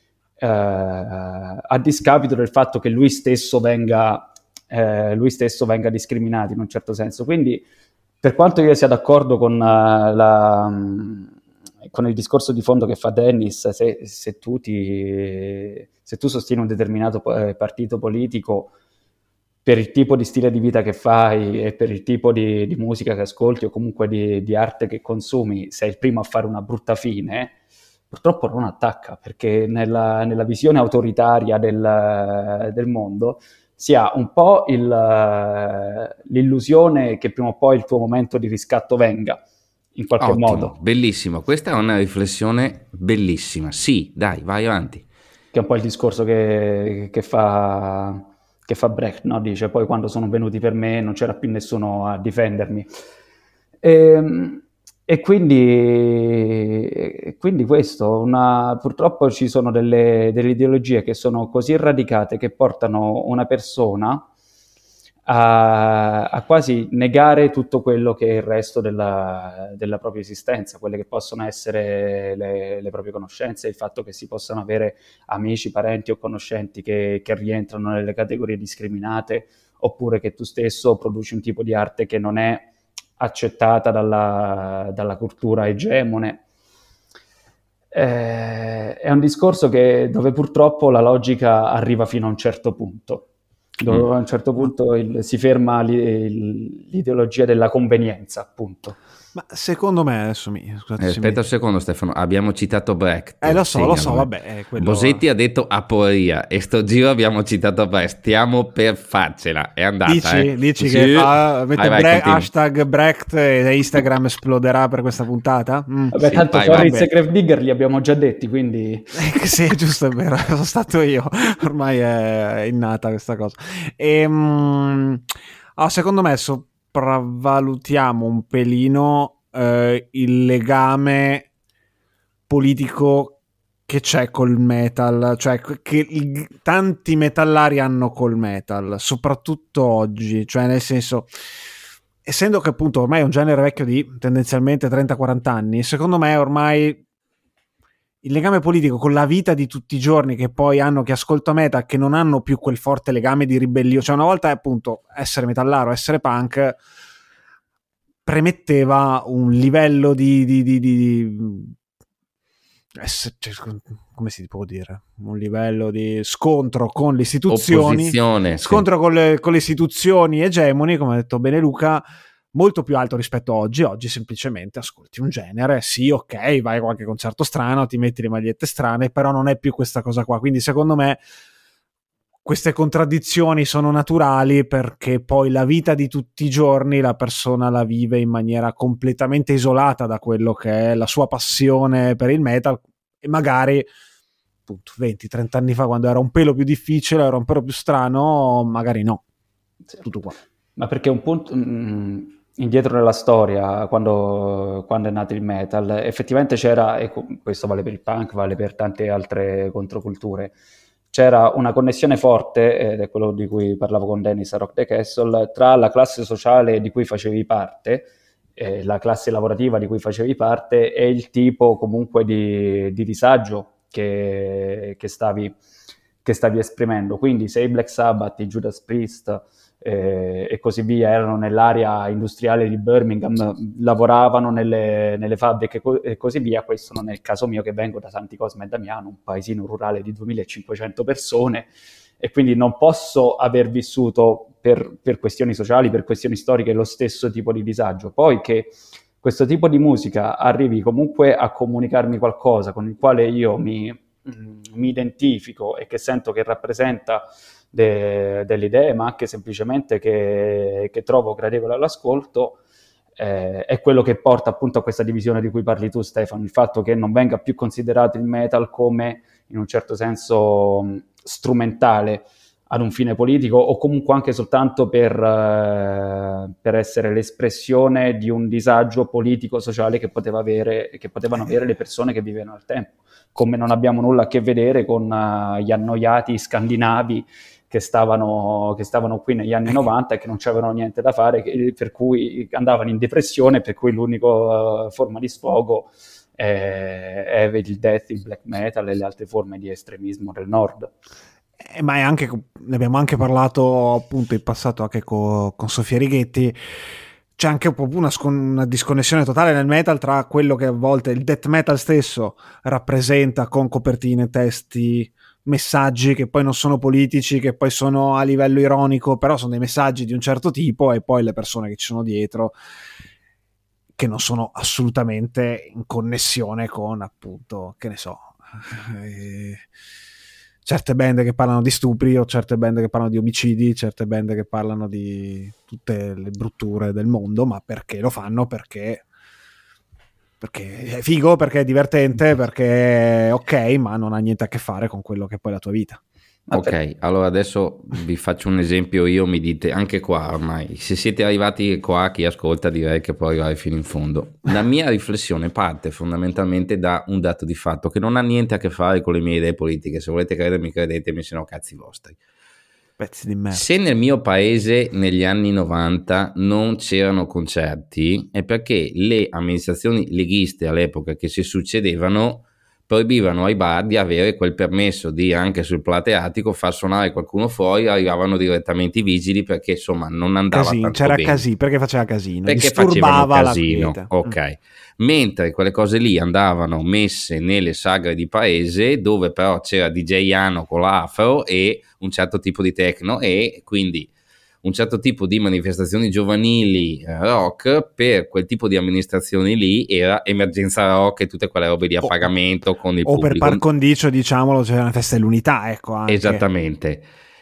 a discapito del fatto che lui stesso venga discriminato in un certo senso. Quindi, per quanto io sia d'accordo con il discorso di fondo che fa Dennis, se tu sostieni un determinato partito politico per il tipo di stile di vita che fai e per il tipo di musica che ascolti o comunque di arte che consumi, sei il primo a fare una brutta fine, purtroppo non attacca, perché nella visione autoritaria del mondo si ha un po' l'illusione che prima o poi il tuo momento di riscatto venga, in qualche Ottimo, modo. Bellissimo, questa è una riflessione bellissima. Sì, dai, vai avanti. Che è un po' il discorso che fa Brecht, no? Dice, poi quando sono venuti per me non c'era più nessuno a difendermi. E quindi questo, purtroppo ci sono delle ideologie che sono così radicate che portano una persona a quasi negare tutto quello che è il resto della propria esistenza, quelle che possono essere le proprie conoscenze, il fatto che si possano avere amici, parenti o conoscenti che rientrano nelle categorie discriminate, oppure che tu stesso produci un tipo di arte che non è accettata dalla cultura egemone. È un discorso dove purtroppo la logica arriva fino a un certo punto, dove a un certo punto si ferma l'ideologia della convenienza, appunto. Ma secondo me adesso aspetta un secondo, Stefano, abbiamo citato Brecht. Lo so, vabbè. Bosetti ha detto aporia e sto giro abbiamo citato Brecht. Stiamo per farcela, è andata. Dici che hashtag Brecht e Instagram esploderà per questa puntata? Vabbè, sì, tanto Forrest e Gravedigger li abbiamo già detti, quindi... Sì, giusto, è vero, sono stato io. Ormai è innata questa cosa. Secondo me sopravvalutiamo un pelino il legame politico che c'è col metal, cioè che tanti metallari hanno col metal, soprattutto oggi, cioè nel senso, essendo che appunto ormai è un genere vecchio di tendenzialmente 30-40 anni, secondo me ormai il legame politico con la vita di tutti i giorni che poi hanno chi ascolta metal, che non hanno più quel forte legame di ribellione, cioè una volta appunto essere metallaro, essere punk premetteva un livello come si può dire, un livello di scontro con le istituzioni, scontro con le istituzioni egemoni, come ha detto bene Luca, molto più alto rispetto a oggi. Oggi semplicemente ascolti un genere, sì, ok, vai a qualche concerto strano, ti metti le magliette strane, però non è più questa cosa qua. Quindi secondo me queste contraddizioni sono naturali, perché poi la vita di tutti i giorni la persona la vive in maniera completamente isolata da quello che è la sua passione per il metal, e magari appunto 20-30 anni fa, quando era un pelo più difficile, era un pelo più strano, magari no. Tutto qua. Ma perché un punto indietro nella storia, quando è nato il metal, effettivamente c'era, e questo vale per il punk, vale per tante altre controculture, c'era una connessione forte, ed è quello di cui parlavo con Dennis a Rock the Castle, tra la classe sociale di cui facevi parte la classe lavorativa di cui facevi parte e il tipo comunque di disagio che stavi esprimendo. Quindi se i Black Sabbath, i Judas Priest e così via erano nell'area industriale di Birmingham, lavoravano nelle fabbriche e così via, questo non è il caso mio, che vengo da Santi Cosme e Damiano, un paesino rurale di 2500 persone, e quindi non posso aver vissuto per questioni sociali, per questioni storiche, lo stesso tipo di disagio. Poi che questo tipo di musica arrivi comunque a comunicarmi qualcosa con il quale io mi identifico e che sento che rappresenta delle idee, ma anche semplicemente che trovo gradevole all'ascolto, è quello che porta appunto a questa divisione di cui parli tu, Stefano, il fatto che non venga più considerato il metal come, in un certo senso, strumentale ad un fine politico, o comunque anche soltanto per essere l'espressione di un disagio politico-sociale che potevano avere le persone che vivevano al tempo, come non abbiamo nulla a che vedere con gli annoiati scandinavi che stavano qui negli anni 90 e che non c'avevano niente da fare, per cui andavano in depressione, per cui l'unica forma di sfogo è il death, il black metal e le altre forme di estremismo del nord. Ma ne abbiamo anche parlato appunto in passato anche con Sofia Righetti. C'è anche proprio una disconnessione totale nel metal tra quello che a volte il death metal stesso rappresenta, con copertine, testi, messaggi che poi non sono politici, che poi sono a livello ironico, però sono dei messaggi di un certo tipo, e poi le persone che ci sono dietro che non sono assolutamente in connessione con, appunto, che ne so, certe band che parlano di stupri, o certe band che parlano di omicidi, certe band che parlano di tutte le brutture del mondo, ma perché lo fanno? Perché è figo, perché è divertente, perché è ok, ma non ha niente a che fare con quello che è poi la tua vita. Ok, allora adesso vi faccio un esempio io, mi dite, anche qua ormai, se siete arrivati qua, chi ascolta direi che può arrivare fino in fondo. La mia riflessione parte fondamentalmente da un dato di fatto che non ha niente a che fare con le mie idee politiche, se volete credermi credetemi, se no cazzi vostri. Pezzi di merda. Se nel mio paese negli anni 90 non c'erano concerti è perché le amministrazioni leghiste all'epoca che si succedevano proibivano ai bar di avere quel permesso di, anche sul plateatico, far suonare qualcuno fuori, arrivavano direttamente i vigili perché insomma non andava tanto c'era bene. Casino, perché faceva casino, perché disturbava casino, la ok. Mentre quelle cose lì andavano messe nelle sagre di paese, dove però c'era DJ Ano con l'afro e un certo tipo di techno, e quindi un certo tipo di manifestazioni giovanili rock. Per quel tipo di amministrazioni lì era emergenza rock e tutte quelle robe di a pagamento con il pubblico. O per par condicio, diciamolo, c'era una festa dell'unità, ecco. Anche. Esattamente.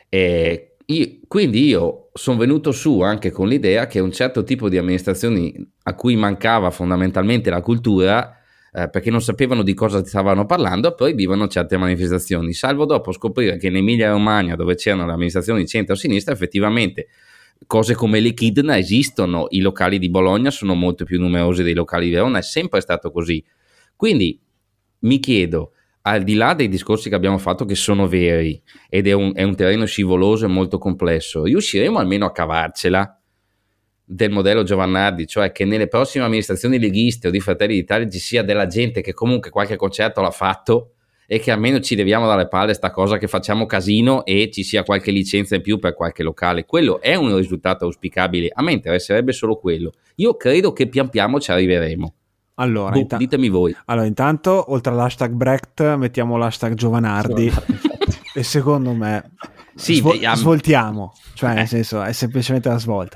Quindi io sono venuto su anche con l'idea che un certo tipo di amministrazioni a cui mancava fondamentalmente la cultura, perché non sapevano di cosa stavano parlando, proibivano certe manifestazioni, salvo dopo scoprire che in Emilia Romagna, dove c'erano le amministrazioni di centro-sinistra, effettivamente cose come le Kidna esistono, i locali di Bologna sono molto più numerosi dei locali di Verona, è sempre stato così. Quindi mi chiedo, al di là dei discorsi che abbiamo fatto che sono veri ed è un terreno scivoloso e molto complesso, riusciremo almeno a cavarcela del modello Giovannardi, cioè che nelle prossime amministrazioni leghiste o di Fratelli d'Italia ci sia della gente che comunque qualche concerto l'ha fatto e che almeno ci leviamo dalle palle sta cosa che facciamo casino e ci sia qualche licenza in più per qualche locale. Quello è un risultato auspicabile, a me interesserebbe solo quello. Io credo che pian piano ci arriveremo. Allora, ditemi voi. Allora, intanto, oltre all'hashtag Brecht, mettiamo l'hashtag Giovannardi e secondo me svoltiamo, cioè nel senso è semplicemente la svolta.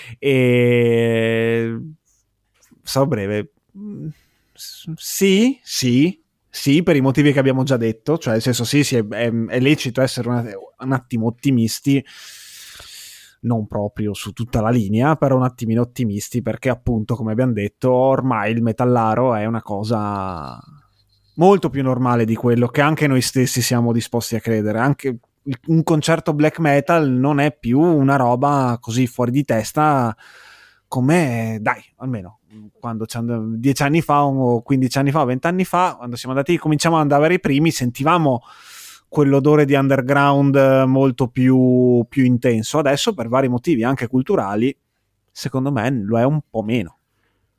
E sarò breve. Sì, per i motivi che abbiamo già detto, cioè nel senso sì, è lecito essere un attimo ottimisti, non proprio su tutta la linea, però un attimino ottimisti, perché appunto, come abbiamo detto, ormai il metallaro è una cosa molto più normale di quello che anche noi stessi siamo disposti a credere. Anche un concerto black metal non è più una roba così fuori di testa come, dai, almeno quando 10 anni fa o 15 anni fa o 20 anni fa, quando cominciamo ad andare ai primi, sentivamo quell'odore di underground molto più intenso. Adesso, per vari motivi anche culturali, secondo me lo è un po' meno.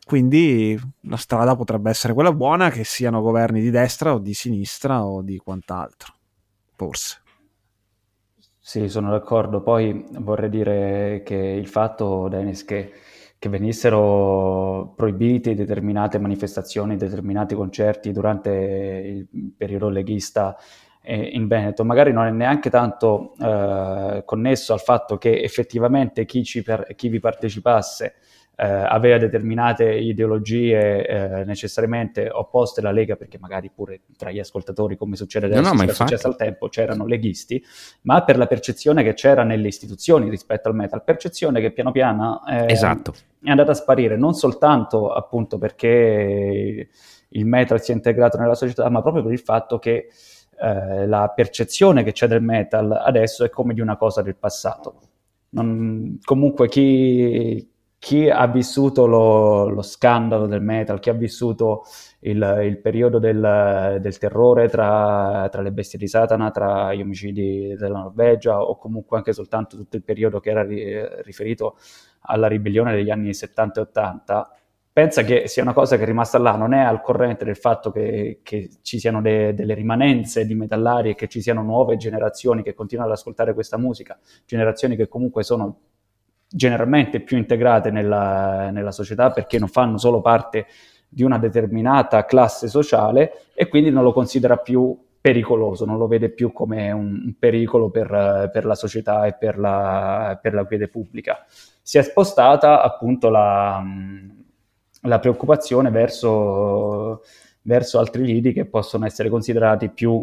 quindi la strada potrebbe essere quella buona, che siano governi di destra o di sinistra o di quant'altro, forse. Sì, sono d'accordo. Poi vorrei dire che il fatto, Denis, che venissero proibiti determinate manifestazioni, determinati concerti durante il periodo leghista in Veneto, magari non è neanche tanto connesso al fatto che effettivamente chi vi partecipasse aveva determinate ideologie necessariamente opposte alla Lega, perché magari pure tra gli ascoltatori, come succede adesso, è successo al tempo, c'erano leghisti, ma per la percezione che c'era nelle istituzioni rispetto al metal, percezione che piano piano esatto. è andata a sparire, non soltanto appunto perché il metal si è integrato nella società, ma proprio per il fatto che la percezione che c'è del metal adesso è come di una cosa del passato. Comunque chi ha vissuto lo scandalo del metal, chi ha vissuto il periodo del terrore tra le bestie di Satana, tra gli omicidi della Norvegia, o comunque anche soltanto tutto il periodo che era riferito alla ribellione degli anni 70 e 80, pensa che sia una cosa che è rimasta là, non è al corrente del fatto che ci siano delle rimanenze di metallari e che ci siano nuove generazioni che continuano ad ascoltare questa musica, generazioni che comunque sono generalmente più integrate nella società, perché non fanno solo parte di una determinata classe sociale, e quindi non lo considera più pericoloso, non lo vede più come un pericolo per la società e per la quiete pubblica. Si è spostata appunto la preoccupazione verso altri lidi che possono essere considerati più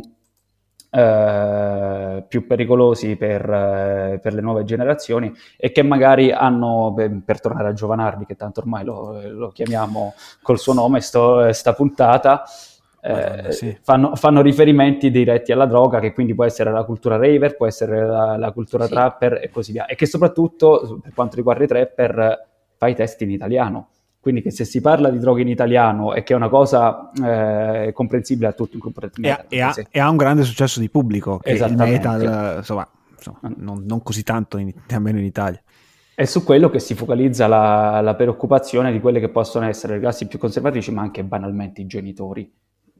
pericolosi per le nuove generazioni, e che magari hanno, per tornare a Giovanardi, che tanto ormai lo chiamiamo col suo nome sta puntata, sì. fanno riferimenti diretti alla droga, che quindi può essere la cultura raver, può essere la cultura trapper e così via, e che soprattutto per quanto riguarda i trapper fa i testi in italiano. Quindi che se si parla di droga in italiano e che è una cosa comprensibile a tutti in gruppo e ha un grande successo di pubblico, che il metal insomma non così tanto nemmeno in Italia. È su quello che si focalizza la preoccupazione di quelle che possono essere le classi più conservatrici, ma anche banalmente i genitori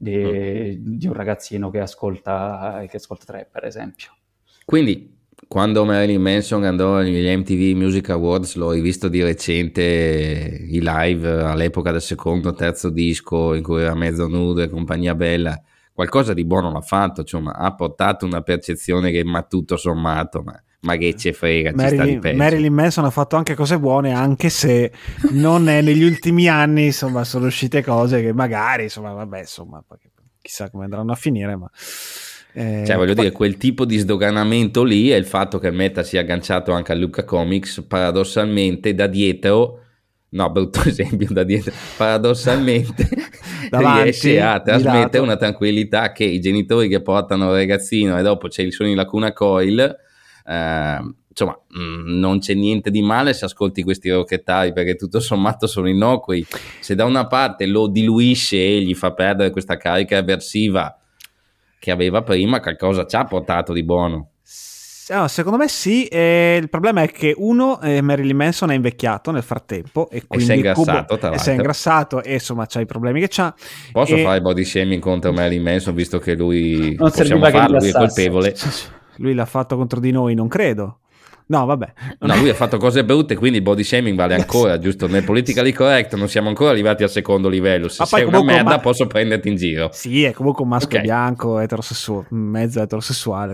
di un ragazzino che ascolta trap, per esempio. Quindi quando Marilyn Manson andò agli MTV Music Awards, l'ho rivisto di recente, i live all'epoca del secondo, terzo disco, in cui era mezzo nudo e compagnia bella, qualcosa di buono l'ha fatto, insomma, ha portato una percezione che, ma tutto sommato, ma che ce frega, ci sta di peggio. Marilyn Manson ha fatto anche cose buone, anche se non è negli ultimi anni, insomma, sono uscite cose che magari, insomma, vabbè, insomma, chissà come andranno a finire, ma... Cioè, voglio dire, quel tipo di sdoganamento lì, e il fatto che il meta sia agganciato anche a Lucca Comics, paradossalmente da dietro, no, brutto esempio, da dietro, paradossalmente davanti, riesce a trasmettere una tranquillità che i genitori che portano il ragazzino e dopo c'è il suono di Lacuna Coil, insomma, non c'è niente di male se ascolti questi rocchettari, perché tutto sommato sono innocui. Se da una parte lo diluisce e gli fa perdere questa carica avversiva che aveva prima, qualcosa ci ha portato di buono. No, secondo me sì, il problema è che Marilyn Manson è invecchiato nel frattempo e quindi si è ingrassato, tra l'altro. Si è ingrassato e insomma c'ha i problemi che c'ha. Posso fare body shaming contro Marilyn Manson, visto che lui non possiamo farlo, lui è colpevole. Lui l'ha fatto contro di noi, non credo. No, vabbè. No, lui ha fatto cose brutte, quindi il body shaming vale ancora, giusto? Nel politically correct non siamo ancora arrivati al secondo livello. Se sei una merda posso prenderti in giro. Sì, è comunque un maschio bianco, eterosessuale, mezzo eterosessuale.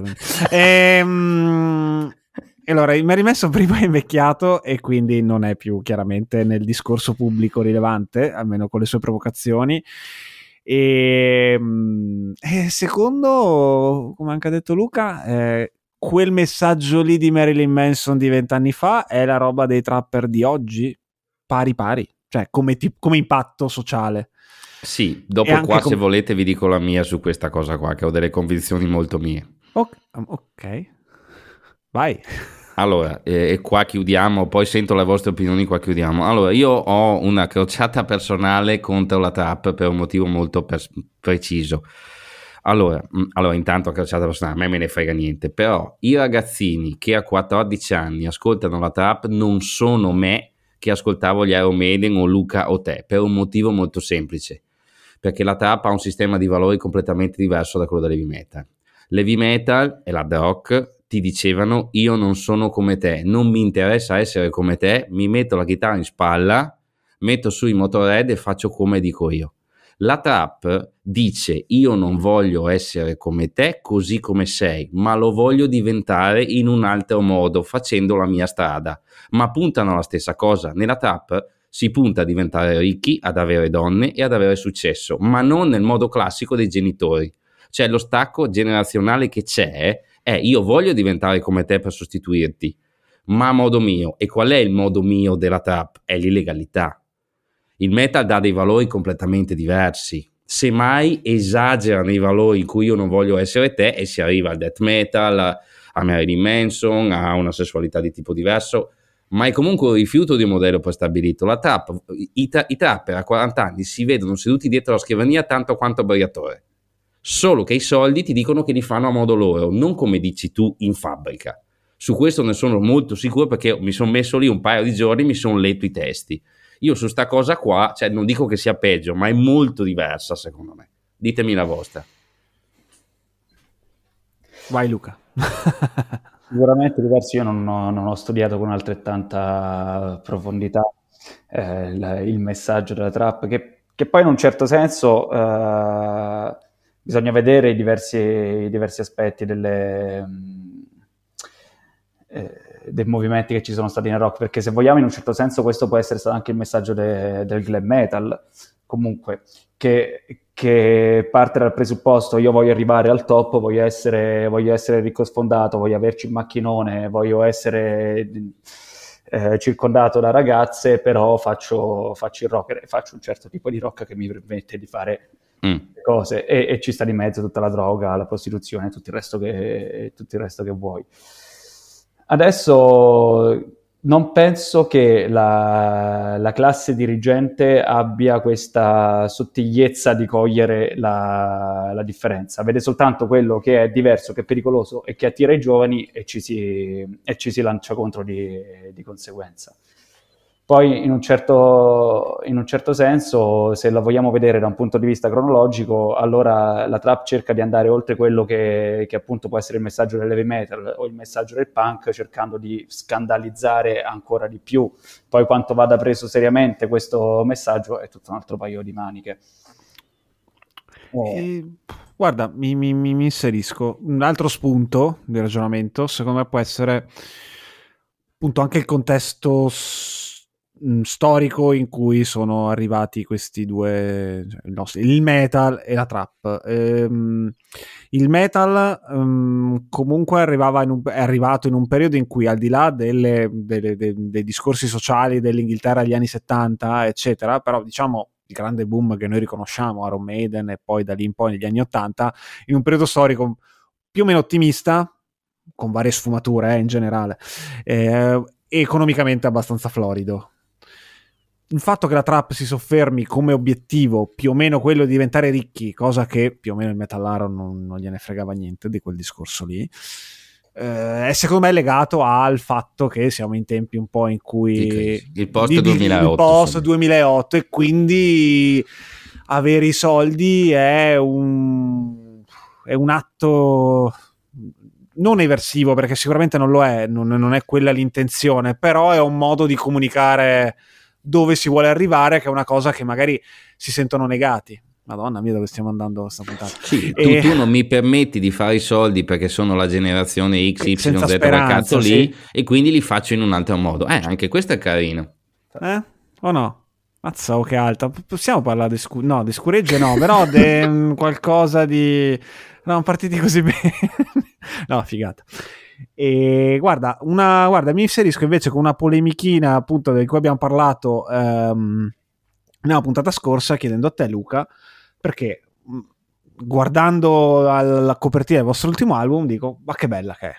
Allora, il Marilyn Manson prima è invecchiato e quindi non è più chiaramente nel discorso pubblico rilevante, almeno con le sue provocazioni. E secondo, come anche ha detto Luca, quel messaggio lì di Marilyn Manson di 20 anni fa è la roba dei trapper di oggi, pari, cioè come impatto sociale. Sì, dopo qua se volete vi dico la mia su questa cosa qua, che ho delle convinzioni molto mie. Ok, vai. Allora, e qua chiudiamo, poi sento le vostre opinioni, qua chiudiamo. Allora, io ho una crociata personale contro la trap per un motivo molto preciso. Allora, intanto crociata personale, a me ne frega niente, però i ragazzini che a 14 anni ascoltano la trap non sono me, che ascoltavo gli Iron Maiden o Luca o te, per un motivo molto semplice, perché la trap ha un sistema di valori completamente diverso da quello dell'heavy metal. L'heavy metal e l'hard rock ti dicevano: io non sono come te, non mi interessa essere come te, mi metto la chitarra in spalla, metto su i Motorhead e faccio come dico io. La trap dice: io non voglio essere come te così come sei, ma lo voglio diventare in un altro modo, facendo la mia strada. Ma puntano alla stessa cosa. Nella trap si punta a diventare ricchi, ad avere donne e ad avere successo, ma non nel modo classico dei genitori. Cioè lo stacco generazionale che c'è è: io voglio diventare come te per sostituirti, ma a modo mio. E qual è il modo mio della trap? È l'illegalità. Il metal dà dei valori completamente diversi, semmai esagera nei valori in cui io non voglio essere te, e si arriva al death metal, a Marilyn Manson, a una sessualità di tipo diverso, ma è comunque un rifiuto di un modello prestabilito. La trap, i trapper a 40 anni si vedono seduti dietro la scrivania tanto quanto Briatore, solo che i soldi ti dicono che li fanno a modo loro, non come dici tu in fabbrica. Su questo ne sono molto sicuro, perché mi sono messo lì un paio di giorni, mi sono letto i testi. Io su sta cosa qua, cioè, non dico che sia peggio, ma è molto diversa secondo me. Ditemi la vostra. Vai Luca. Sicuramente diversi. Io non ho studiato con altrettanta profondità il messaggio della trap, che poi in un certo senso bisogna vedere i diversi aspetti dei movimenti che ci sono stati nel rock, perché se vogliamo in un certo senso questo può essere stato anche il messaggio del glam metal, comunque, che parte dal presupposto: io voglio arrivare al top, voglio essere ricco sfondato, voglio averci il macchinone, voglio essere circondato da ragazze, però faccio il rocker, faccio un certo tipo di rock che mi permette di fare cose, e ci sta di mezzo tutta la droga, la prostituzione, tutto il resto che vuoi. Adesso non penso che la classe dirigente abbia questa sottigliezza di cogliere la differenza. Vede soltanto quello che è diverso, che è pericoloso e che attira i giovani, e ci si lancia contro di conseguenza. Poi in un certo senso, se la vogliamo vedere da un punto di vista cronologico, allora la trap cerca di andare oltre quello che appunto può essere il messaggio dell'heavy metal o il messaggio del punk, cercando di scandalizzare ancora di più. Poi quanto vada preso seriamente questo messaggio è tutto un altro paio di maniche. Guarda, mi inserisco un altro spunto di ragionamento. Secondo me può essere appunto anche il contesto storico in cui sono arrivati questi due, cioè il metal e la trap. Il metal comunque è arrivato in un periodo in cui, al di là dei discorsi sociali dell'Inghilterra agli anni 70 eccetera, però diciamo il grande boom che noi riconosciamo, Iron Maiden e poi da lì in poi negli anni 80, in un periodo storico più o meno ottimista, con varie sfumature in generale, economicamente abbastanza florido. Il fatto che la trap si soffermi come obiettivo più o meno quello di diventare ricchi, cosa che più o meno il metallaro non gliene fregava niente di quel discorso lì, è secondo me legato al fatto che siamo in tempi un po' in cui il post 2008, il post 2008, e quindi avere i soldi è un atto non eversivo, perché sicuramente non lo è, non è quella l'intenzione, però è un modo di comunicare dove si vuole arrivare, che è una cosa che magari si sentono negati. Madonna mia, dove stiamo andando questa puntata? Sì, tu non mi permetti di fare i soldi perché sono la generazione X, Y, Z, cazzo lì, sì. E quindi li faccio in un altro modo. Anche questo è carino. O no? Mazza, che alta. Possiamo parlare di scuregge no, però di qualcosa di... No, partiti così bene. No, figata. E guarda, mi inserisco invece con una polemichina appunto di cui abbiamo parlato nella puntata scorsa, chiedendo a te Luca, perché guardando la copertina del vostro ultimo album dico: ma che bella che è,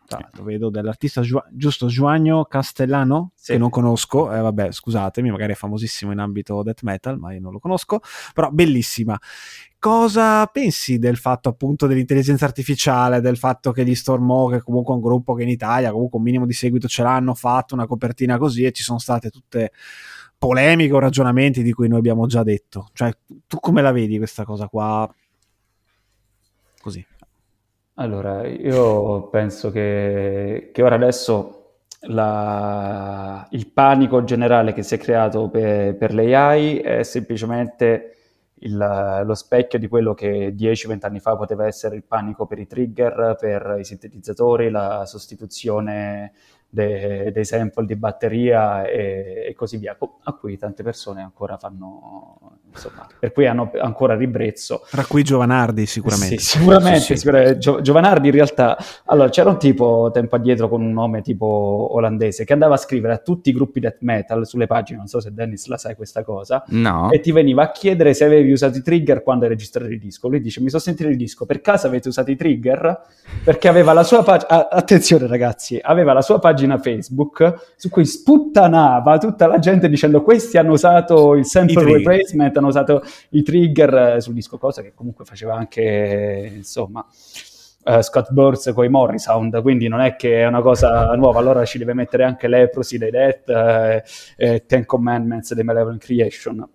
Lo vedo, dell'artista giusto Joanno Castellano, sì, che non conosco, vabbè, scusatemi, magari è famosissimo in ambito death metal, ma io non lo conosco, però bellissima. Cosa pensi del fatto appunto dell'intelligenza artificiale, del fatto che gli Stormo, che comunque è un gruppo che in Italia comunque un minimo di seguito ce l'hanno, fatto una copertina così e ci sono state tutte polemiche o ragionamenti di cui noi abbiamo già detto? Cioè, tu come la vedi questa cosa qua? Così. Allora, io penso che ora adesso il panico generale che si è creato per l'AI è semplicemente lo specchio di quello che 10-20 anni fa poteva essere il panico per i trigger, per i sintetizzatori, la sostituzione dei sample di batteria e così via, a cui tante persone ancora fanno, insomma, per cui hanno ancora ribrezzo. Tra cui Giovanardi sicuramente. Sì, sicuramente. Giovanardi in realtà, allora c'era un tipo tempo addietro con un nome tipo olandese che andava a scrivere a tutti i gruppi death metal sulle pagine, non so se Dennis la sai questa cosa, no, e ti veniva a chiedere se avevi usato i trigger quando hai registrato il disco. Lui dice: mi sono sentito il disco, per caso avete usato i trigger? Perché aveva la sua pagina, attenzione ragazzi, aveva la sua pagina Facebook su cui sputtanava tutta la gente dicendo questi hanno usato il sample replacement, hanno usato i trigger sul disco, cosa che comunque faceva anche, insomma, Scott Burns con i Morrisound, quindi non è che è una cosa nuova. Allora ci deve mettere anche Leprosy dei Death, Ten Commandments dei Malevolent Creation.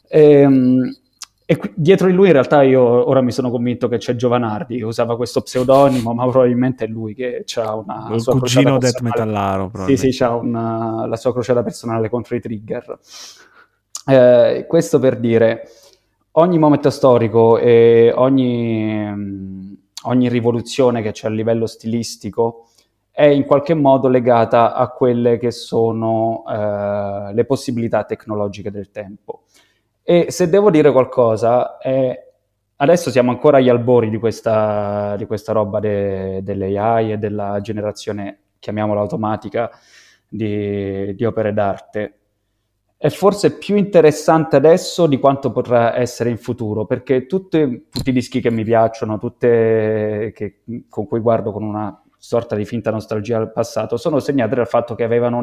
E dietro di lui in realtà io ora mi sono convinto che c'è Giovanardi che usava questo pseudonimo, ma probabilmente è lui che ha una il sua cugino death metallaro, sì, c'ha la sua crociata personale contro i trigger. Questo per dire, ogni momento storico e ogni rivoluzione che c'è a livello stilistico è in qualche modo legata a quelle che sono le possibilità tecnologiche del tempo. E se devo dire qualcosa, adesso siamo ancora agli albori di questa roba dell'AI e della generazione, chiamiamola automatica, di opere d'arte. È forse più interessante adesso di quanto potrà essere in futuro, perché tutti i dischi che mi piacciono, con cui guardo con una sorta di finta nostalgia al passato, sono segnate dal fatto che avevano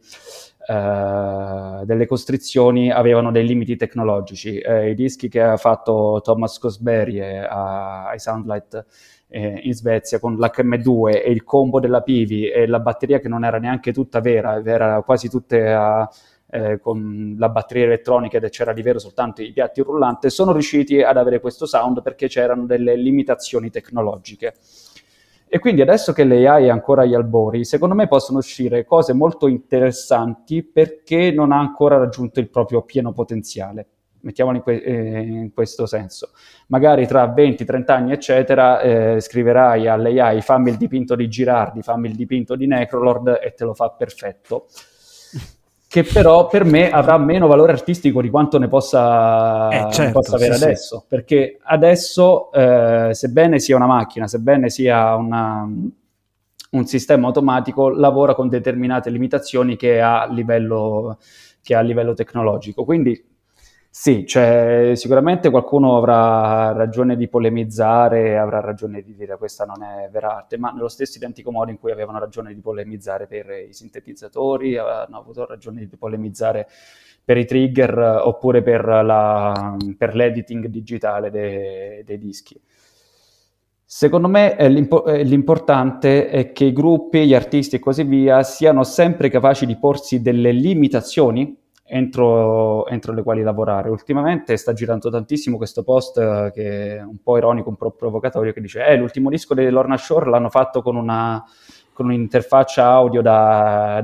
delle costrizioni, avevano dei limiti tecnologici. I dischi che ha fatto Thomas Cosberry ai Soundlight in Svezia con l'HM2 e il combo della Pivi e la batteria che non era neanche tutta vera, era quasi tutte con la batteria elettronica ed c'era di vero soltanto i piatti rullanti, sono riusciti ad avere questo sound perché c'erano delle limitazioni tecnologiche. E quindi adesso che l'AI è ancora agli albori, secondo me possono uscire cose molto interessanti perché non ha ancora raggiunto il proprio pieno potenziale. Mettiamolo in questo senso. Magari tra 20-30 anni, eccetera, scriverai all'AI fammi il dipinto di Girardi, fammi il dipinto di Necrolord e te lo fa perfetto. Che però per me avrà meno valore artistico di quanto ne possa avere adesso. Perché adesso, sebbene sia una macchina, sebbene sia un sistema automatico, lavora con determinate limitazioni che ha a livello tecnologico. Quindi sì, sicuramente qualcuno avrà ragione di polemizzare, avrà ragione di dire questa non è vera arte, ma nello stesso identico modo in cui avevano ragione di polemizzare per i sintetizzatori, hanno avuto ragione di polemizzare per i trigger oppure per l'editing digitale dei dischi. Secondo me l'importante è che i gruppi, gli artisti e così via siano sempre capaci di porsi delle limitazioni entro le quali lavorare. Ultimamente sta girando tantissimo questo post che è un po' ironico, un po' provocatorio, che dice l'ultimo disco di Lorna Shore l'hanno fatto con un'interfaccia audio da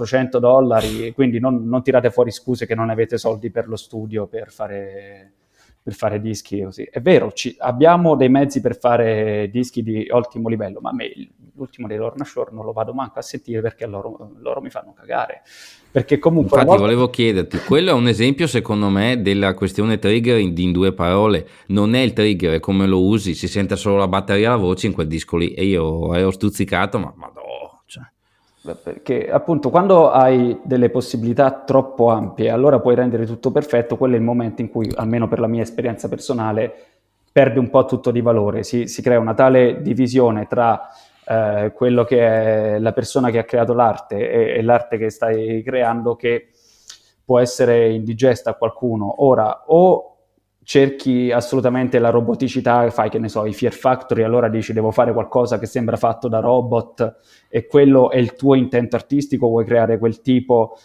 $400, quindi non tirate fuori scuse che non avete soldi per lo studio per fare dischi così. È vero, abbiamo dei mezzi per fare dischi di ottimo livello, ma a me l'ultimo di Lorna Shore non lo vado manco a sentire perché loro mi fanno cagare. Perché comunque infatti volevo chiederti, quello è un esempio secondo me della questione trigger in due parole. Non è il trigger, è come lo usi, si sente solo la batteria e la voce in quel disco lì, e io ero stuzzicato, ma no, perché appunto quando hai delle possibilità troppo ampie, allora puoi rendere tutto perfetto. Quello è il momento in cui, almeno per la mia esperienza personale, perde un po' tutto di valore, si crea una tale divisione tra quello che è la persona che ha creato l'arte e l'arte che stai creando, che può essere indigesta a qualcuno. Ora, o cerchi assolutamente la roboticità, fai, che ne so, i Fear Factory, allora dici devo fare qualcosa che sembra fatto da robot e quello è il tuo intento artistico, vuoi creare quel tipo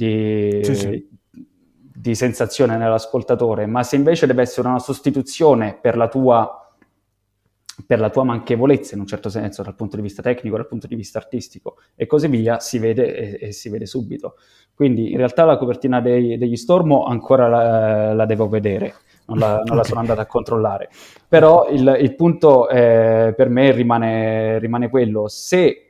di sensazione nell'ascoltatore. Ma se invece deve essere una sostituzione per la tua manchevolezza, in un certo senso, dal punto di vista tecnico, dal punto di vista artistico e così via, si vede e si vede subito. Quindi in realtà la copertina degli Stormo ancora la devo vedere, non la sono andata a controllare, però il punto per me rimane quello: se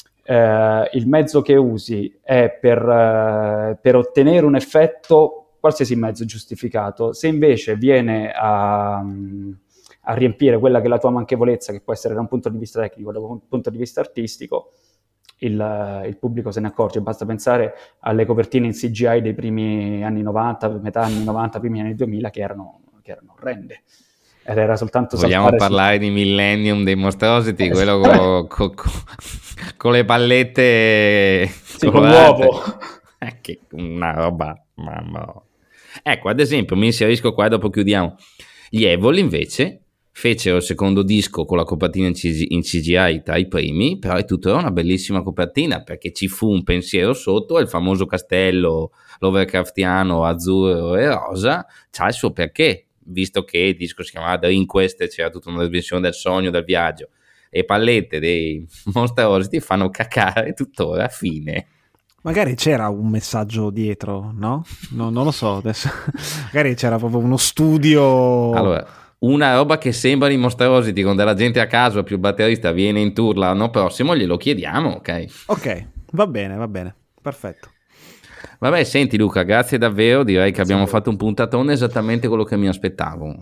il mezzo che usi è per ottenere un effetto, qualsiasi mezzo è giustificato. Se invece viene a riempire quella che è la tua manchevolezza, che può essere da un punto di vista tecnico, da un punto di vista artistico, il pubblico se ne accorge. Basta pensare alle copertine in CGI dei primi anni 90, metà anni 90, primi anni 2000, che erano orrende. Ed era soltanto vogliamo parlare di Millennium dei Monstrosity, quello con le pallette con l'uovo. Che una roba, mamma. Ecco, ad esempio, mi inserisco qua e dopo chiudiamo. Gli Evil invece fecero il secondo disco con la copertina in CGI tra i primi, però è tuttora una bellissima copertina, perché ci fu un pensiero sotto, e il famoso castello Lovecraftiano azzurro e rosa c'ha il suo perché, visto che il disco si chiamava The Inquest, c'era tutta una visione del sogno, del viaggio, e pallette dei Monstrosity fanno cacare tuttora, fine. Magari c'era un messaggio dietro, no? Non lo so adesso. Magari c'era proprio uno studio. Allora, una roba che sembra di Monstrosity, con della gente a caso, più il batterista viene in tour l'anno prossimo, glielo chiediamo, ok? Ok, va bene, perfetto. Vabbè, senti Luca, grazie davvero, direi che abbiamo fatto un puntatone esattamente quello che mi aspettavo.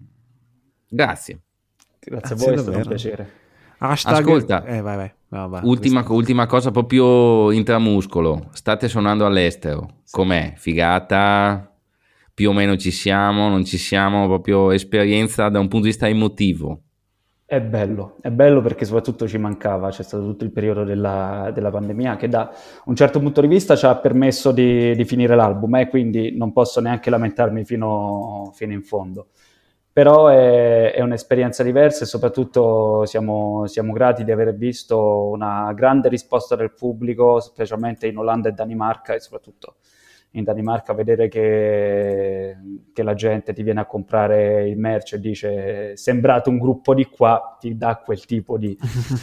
Grazie. Grazie a voi, è stato un piacere. Ascolta, vai. Ultima cosa proprio intramuscolo, state suonando all'estero, com'è? Figata? Più o meno ci siamo, non ci siamo, proprio esperienza da un punto di vista emotivo? È bello perché soprattutto ci mancava, c'è stato tutto il periodo della pandemia che da un certo punto di vista ci ha permesso di finire l'album, quindi non posso neanche lamentarmi fino in fondo. Però è un'esperienza diversa e soprattutto siamo grati di aver visto una grande risposta del pubblico, specialmente in Olanda e Danimarca, e soprattutto in Danimarca vedere che la gente ti viene a comprare il merch e dice sembrate un gruppo di qua, ti dà quel tipo di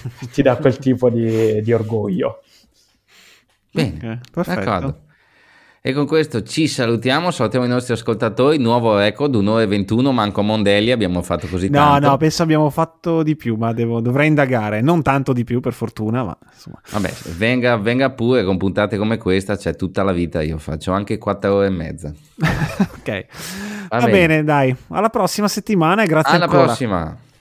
orgoglio. Bene, perfetto. D'accordo. E con questo ci salutiamo i nostri ascoltatori. Nuovo record, 1:21, manco Mondelli abbiamo fatto così tanto. No, penso abbiamo fatto di più, ma dovrei indagare, non tanto di più per fortuna, ma insomma. Vabbè, venga pure, con puntate come questa c'è tutta la vita, io faccio anche 4 ore e mezza. Ok, va bene, dai, alla prossima settimana e grazie ancora. Alla prossima.